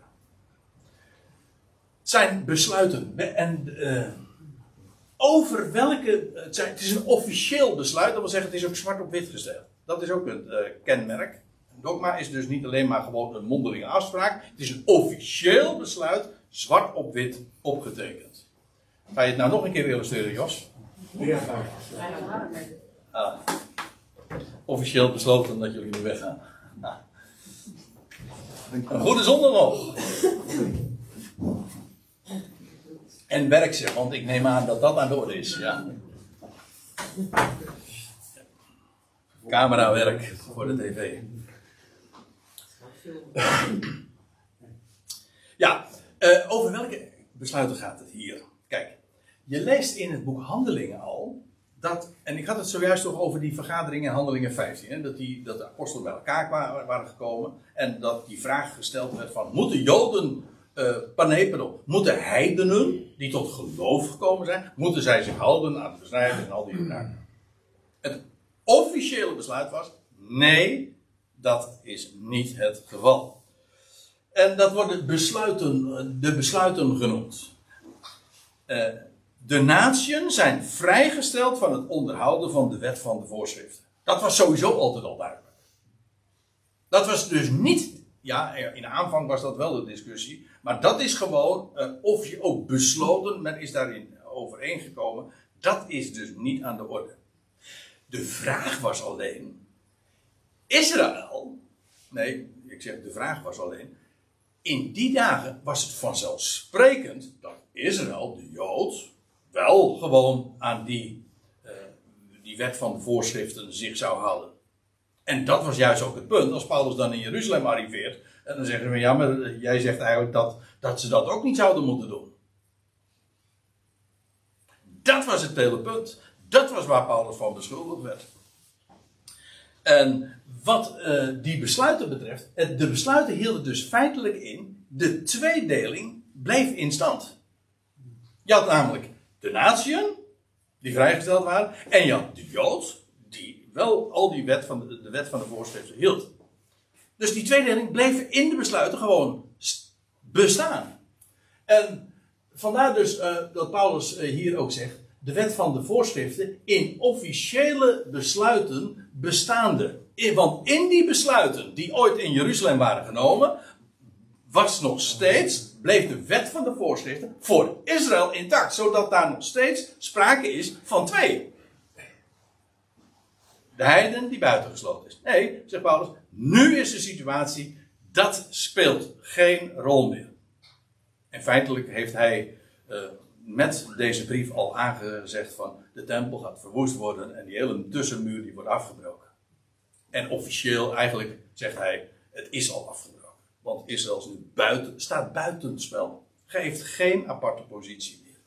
Het zijn besluiten. En uh, over welke... Het, zijn, het is een officieel besluit. Dat wil zeggen, het is ook zwart op wit gesteld. Dat is ook een uh, kenmerk. Een dogma is dus niet alleen maar gewoon een mondelinge afspraak. Het is een officieel besluit, zwart op wit opgetekend. Ga je het nou nog een keer illustreren, Jos? Ja, graag. Ah. Officieel besloten dat jullie nu weggaan. Nou. Een goede zondag nog. En werk ze, want ik neem aan dat dat aan de orde is. Ja. Camerawerk voor de tv. Ja, uh, over welke besluiten gaat het hier? Kijk, je leest in het boek Handelingen al dat, en ik had het zojuist toch over die vergadering in Handelingen vijftien, hè, dat, die, dat de apostelen bij elkaar kwamen, waren gekomen en dat die vraag gesteld werd van, moeten Joden, uh, panepero, moeten heidenen die tot geloof gekomen zijn, moeten zij zich houden aan het besnijden en al die zaken? Het officiële besluit was, nee, dat is niet het geval. En dat worden besluiten, de besluiten genoemd. Uh, de natieën zijn vrijgesteld van het onderhouden van de wet van de voorschriften. Dat was sowieso altijd al duidelijk. Dat was dus niet, ja, in de aanvang was dat wel de discussie, maar dat is gewoon, uh, of je ook besloten, men is daarin overeengekomen, dat is dus niet aan de orde. De vraag was alleen, Israël, nee, ik zeg de vraag was alleen, in die dagen was het vanzelfsprekend dat Israël, de Jood, wel gewoon aan die, uh, die wet van de voorschriften zich zou houden. En dat was juist ook het punt. Als Paulus dan in Jeruzalem arriveert, en dan zeggen we, ja, maar jij zegt eigenlijk dat, dat ze dat ook niet zouden moeten doen. Dat was het hele punt. Dat was waar Paulus van beschuldigd werd. En wat uh, die besluiten betreft, de besluiten hielden dus feitelijk in, de tweedeling bleef in stand. Je had namelijk de natieën, die vrijgesteld waren, en je had de Jood, die wel al die wet van de, de wet van de voorschriften hield. Dus die tweedeling bleef in de besluiten gewoon bestaan. En vandaar dus uh, dat Paulus uh, hier ook zegt, de wet van de voorschriften in officiële besluiten bestaande. In, want in die besluiten die ooit in Jeruzalem waren genomen, was nog steeds, bleef de wet van de voorschriften voor Israël intact. Zodat daar nog steeds sprake is van twee. De heiden die buitengesloten is. Nee, zegt Paulus, nu is de situatie, dat speelt geen rol meer. En feitelijk heeft hij uh, met deze brief al aangezegd van, de tempel gaat verwoest worden en die hele tussenmuur die wordt afgebroken. En officieel eigenlijk zegt hij, het is al afgebroken. Want Israël is nu buiten, staat buiten het spel. Geeft geen aparte positie meer.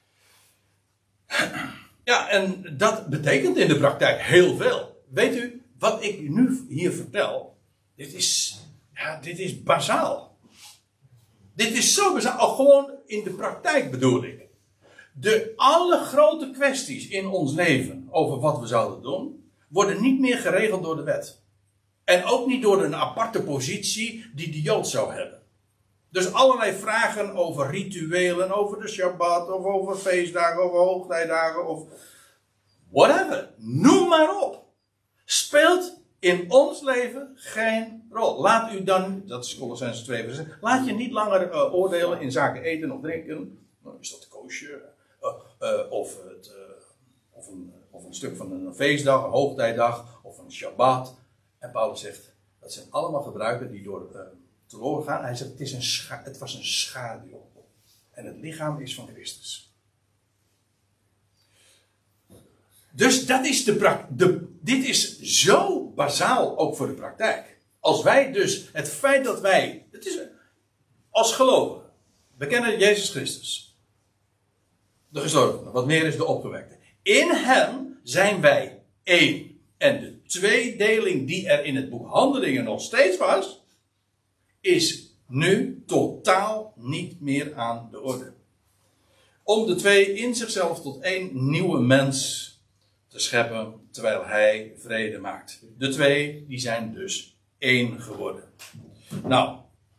Ja, en dat betekent in de praktijk heel veel. Weet u, wat ik nu hier vertel, dit is, ja, dit is bazaal. Dit is zo bazaal, al gewoon in de praktijk bedoel ik. De alle grote kwesties in ons leven over wat we zouden doen, worden niet meer geregeld door de wet. En ook niet door een aparte positie die de Jood zou hebben. Dus allerlei vragen over rituelen, over de Shabbat, of over feestdagen, of hoogtijdagen, of whatever. Noem maar op. Speelt in ons leven geen rol. Laat u dan, dat is Colossenzen twee vers zes, laat je niet langer uh, oordelen in zaken eten of drinken. Nou, is dat koosje? Uh, uh, of, het, uh, of, een, of een stuk van een feestdag, een hoogtijdag, of een Shabbat. En Paulus zegt, dat zijn allemaal gebruiken die door uh, teloor gaan. Hij zegt, het, is een scha- het was een schaduw. En het lichaam is van Christus. Dus dat is de praktijk. Dit is zo bazaal ook voor de praktijk. Als wij dus, het feit dat wij, het is als gelovigen, we kennen Jezus Christus. De gezorgde, wat meer is de opgewekte. In hem zijn wij één. En de tweedeling die er in het boek Handelingen nog steeds was, is nu totaal niet meer aan de orde. Om de twee in zichzelf tot één nieuwe mens te scheppen, terwijl hij vrede maakt. De twee, die zijn dus één geworden. Nou,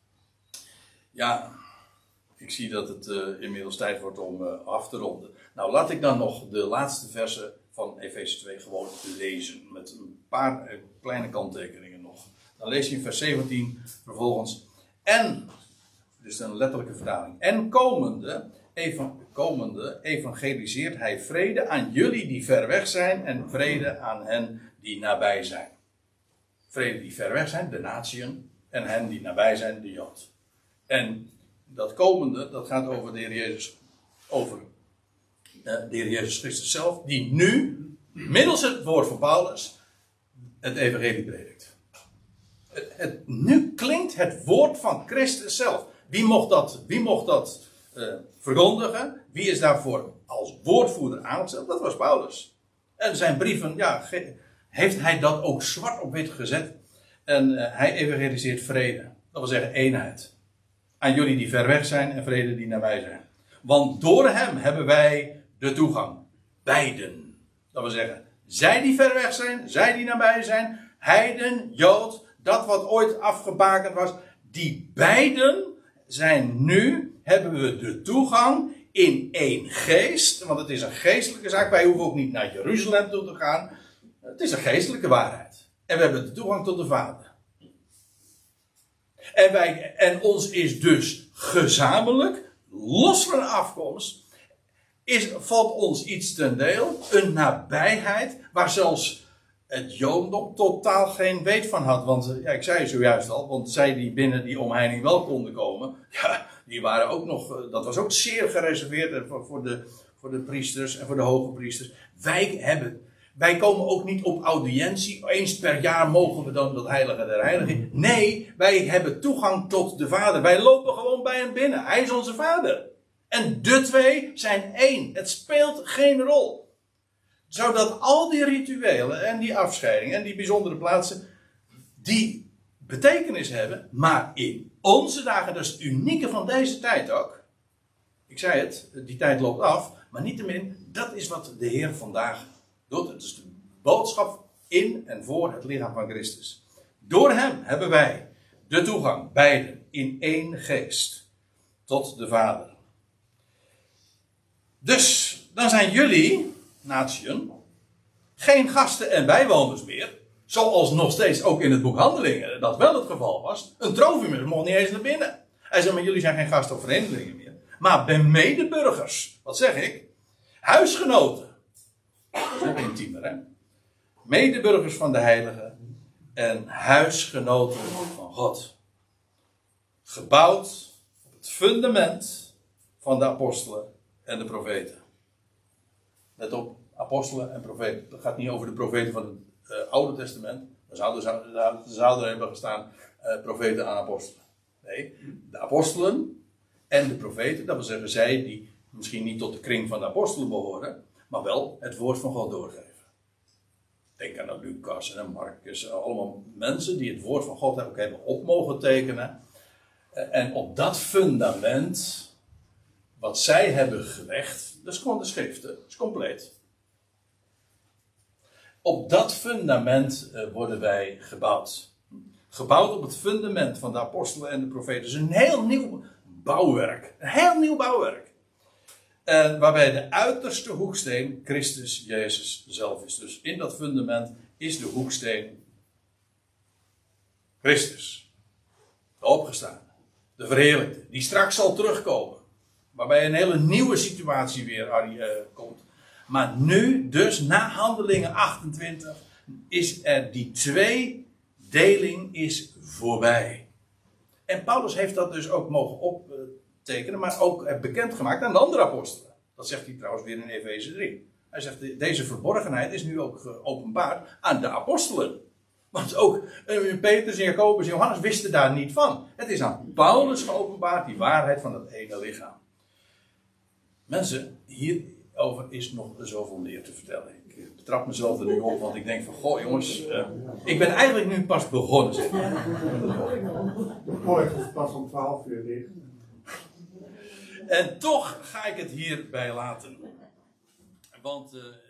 ja, ik zie dat het uh, inmiddels tijd wordt om uh, af te ronden. Nou, laat ik dan nog de laatste versen van Efeze twee gewoon lezen. Met een paar uh, kleine kanttekeningen nog. Dan lees je in vers zeventien vervolgens. En, dus een letterlijke vertaling. En komende, even, komende evangeliseert hij vrede aan jullie die ver weg zijn. En vrede aan hen die nabij zijn. Vrede die ver weg zijn, de natieën. En hen die nabij zijn, de Jood. En dat komende, dat gaat over de Heer Jezus, over uh, de Heer Jezus Christus zelf, die nu, middels het woord van Paulus, het evangelie predikt. Het, het, nu klinkt het woord van Christus zelf. Wie mocht dat, wie mocht dat uh, verkondigen? Wie is daarvoor als woordvoerder aangesteld? Dat was Paulus. En zijn brieven, ja, ge, heeft hij dat ook zwart op wit gezet. En uh, hij evangeliseert vrede. Dat wil zeggen eenheid. Aan jullie die ver weg zijn en vrede die nabij zijn. Want door hem hebben wij de toegang. Beiden. Dat wil zeggen, zij die ver weg zijn, zij die nabij zijn, heiden, Jood, dat wat ooit afgebakend was, die beiden zijn nu, hebben we de toegang in één geest. Want het is een geestelijke zaak. Wij hoeven ook niet naar Jeruzalem toe te gaan. Het is een geestelijke waarheid. En we hebben de toegang tot de Vader. En, wij, en ons is dus gezamenlijk, los van afkomst, is, valt ons iets ten deel. Een nabijheid waar zelfs het Jodendom totaal geen weet van had. Want ja, ik zei zojuist al, want zij die binnen die omheining wel konden komen, ja, die waren ook nog, dat was ook zeer gereserveerd voor, voor, de, voor de priesters en voor de hoge priesters. Wij hebben... Wij komen ook niet op audiëntie. Eens per jaar mogen we dan dat heilige der heiligen. Nee, wij hebben toegang tot de Vader. Wij lopen gewoon bij hem binnen. Hij is onze Vader. En de twee zijn één. Het speelt geen rol. Zodat al die rituelen en die afscheidingen en die bijzondere plaatsen, die betekenis hebben. Maar in onze dagen, dat is het unieke van deze tijd ook. Ik zei het, die tijd loopt af. Maar niettemin, dat is wat de Heer vandaag doet. Het is de boodschap in en voor het lichaam van Christus. Door hem hebben wij de toegang, beiden, in één geest, tot de Vader. Dus, dan zijn jullie, natieën, geen gasten en bijwoners meer, zoals nog steeds ook in het boek Handelingen dat wel het geval was. Een Trofimus mocht niet eens naar binnen. Hij zei, maar jullie zijn geen gasten of vreemdelingen meer, maar ben medeburgers. Wat zeg ik? Huisgenoten. Dat is ook intiemer, hè? Medeburgers van de heiligen en huisgenoten van God. Gebouwd op het fundament van de apostelen en de profeten. Let op, apostelen en profeten. Dat gaat niet over de profeten van het uh, Oude Testament. Daar zouden, zouden, zouden er hebben gestaan uh, profeten en apostelen. Nee, de apostelen en de profeten, dat wil zeggen zij die misschien niet tot de kring van de apostelen behoren, maar wel het woord van God doorgeven. Denk aan Lucas en Marcus, allemaal mensen die het woord van God ook hebben op mogen tekenen. En op dat fundament, wat zij hebben gelegd, dat is gewoon de schriften, dat is compleet. Op dat fundament worden wij gebouwd. Gebouwd op het fundament van de apostelen en de profeten. Dus een heel nieuw bouwwerk. Een heel nieuw bouwwerk. En waarbij de uiterste hoeksteen Christus Jezus zelf is. Dus in dat fundament is de hoeksteen Christus. De opgestaande. De verheerlijkte. Die straks zal terugkomen. Waarbij een hele nieuwe situatie weer uh, komt. Maar nu, dus na Handelingen achtentwintig, is er die tweedeling is voorbij. En Paulus heeft dat dus ook mogen optekenen, maar ook bekendgemaakt aan de andere apostelen. Dat zegt hij trouwens weer in Efeze drie. Hij zegt, deze verborgenheid is nu ook geopenbaard aan de apostelen. Want ook uh, Petrus en Jacobus en Johannes wisten daar niet van. Het is aan Paulus geopenbaard, die waarheid van het ene lichaam. Mensen, hierover is nog zoveel meer te vertellen. Ik betrap mezelf er nu op, want ik denk van, goh jongens, uh, ik ben eigenlijk nu pas begonnen. Zeg maar. De poort is pas om twaalf uur dicht. En toch ga ik het hierbij laten. Want uh,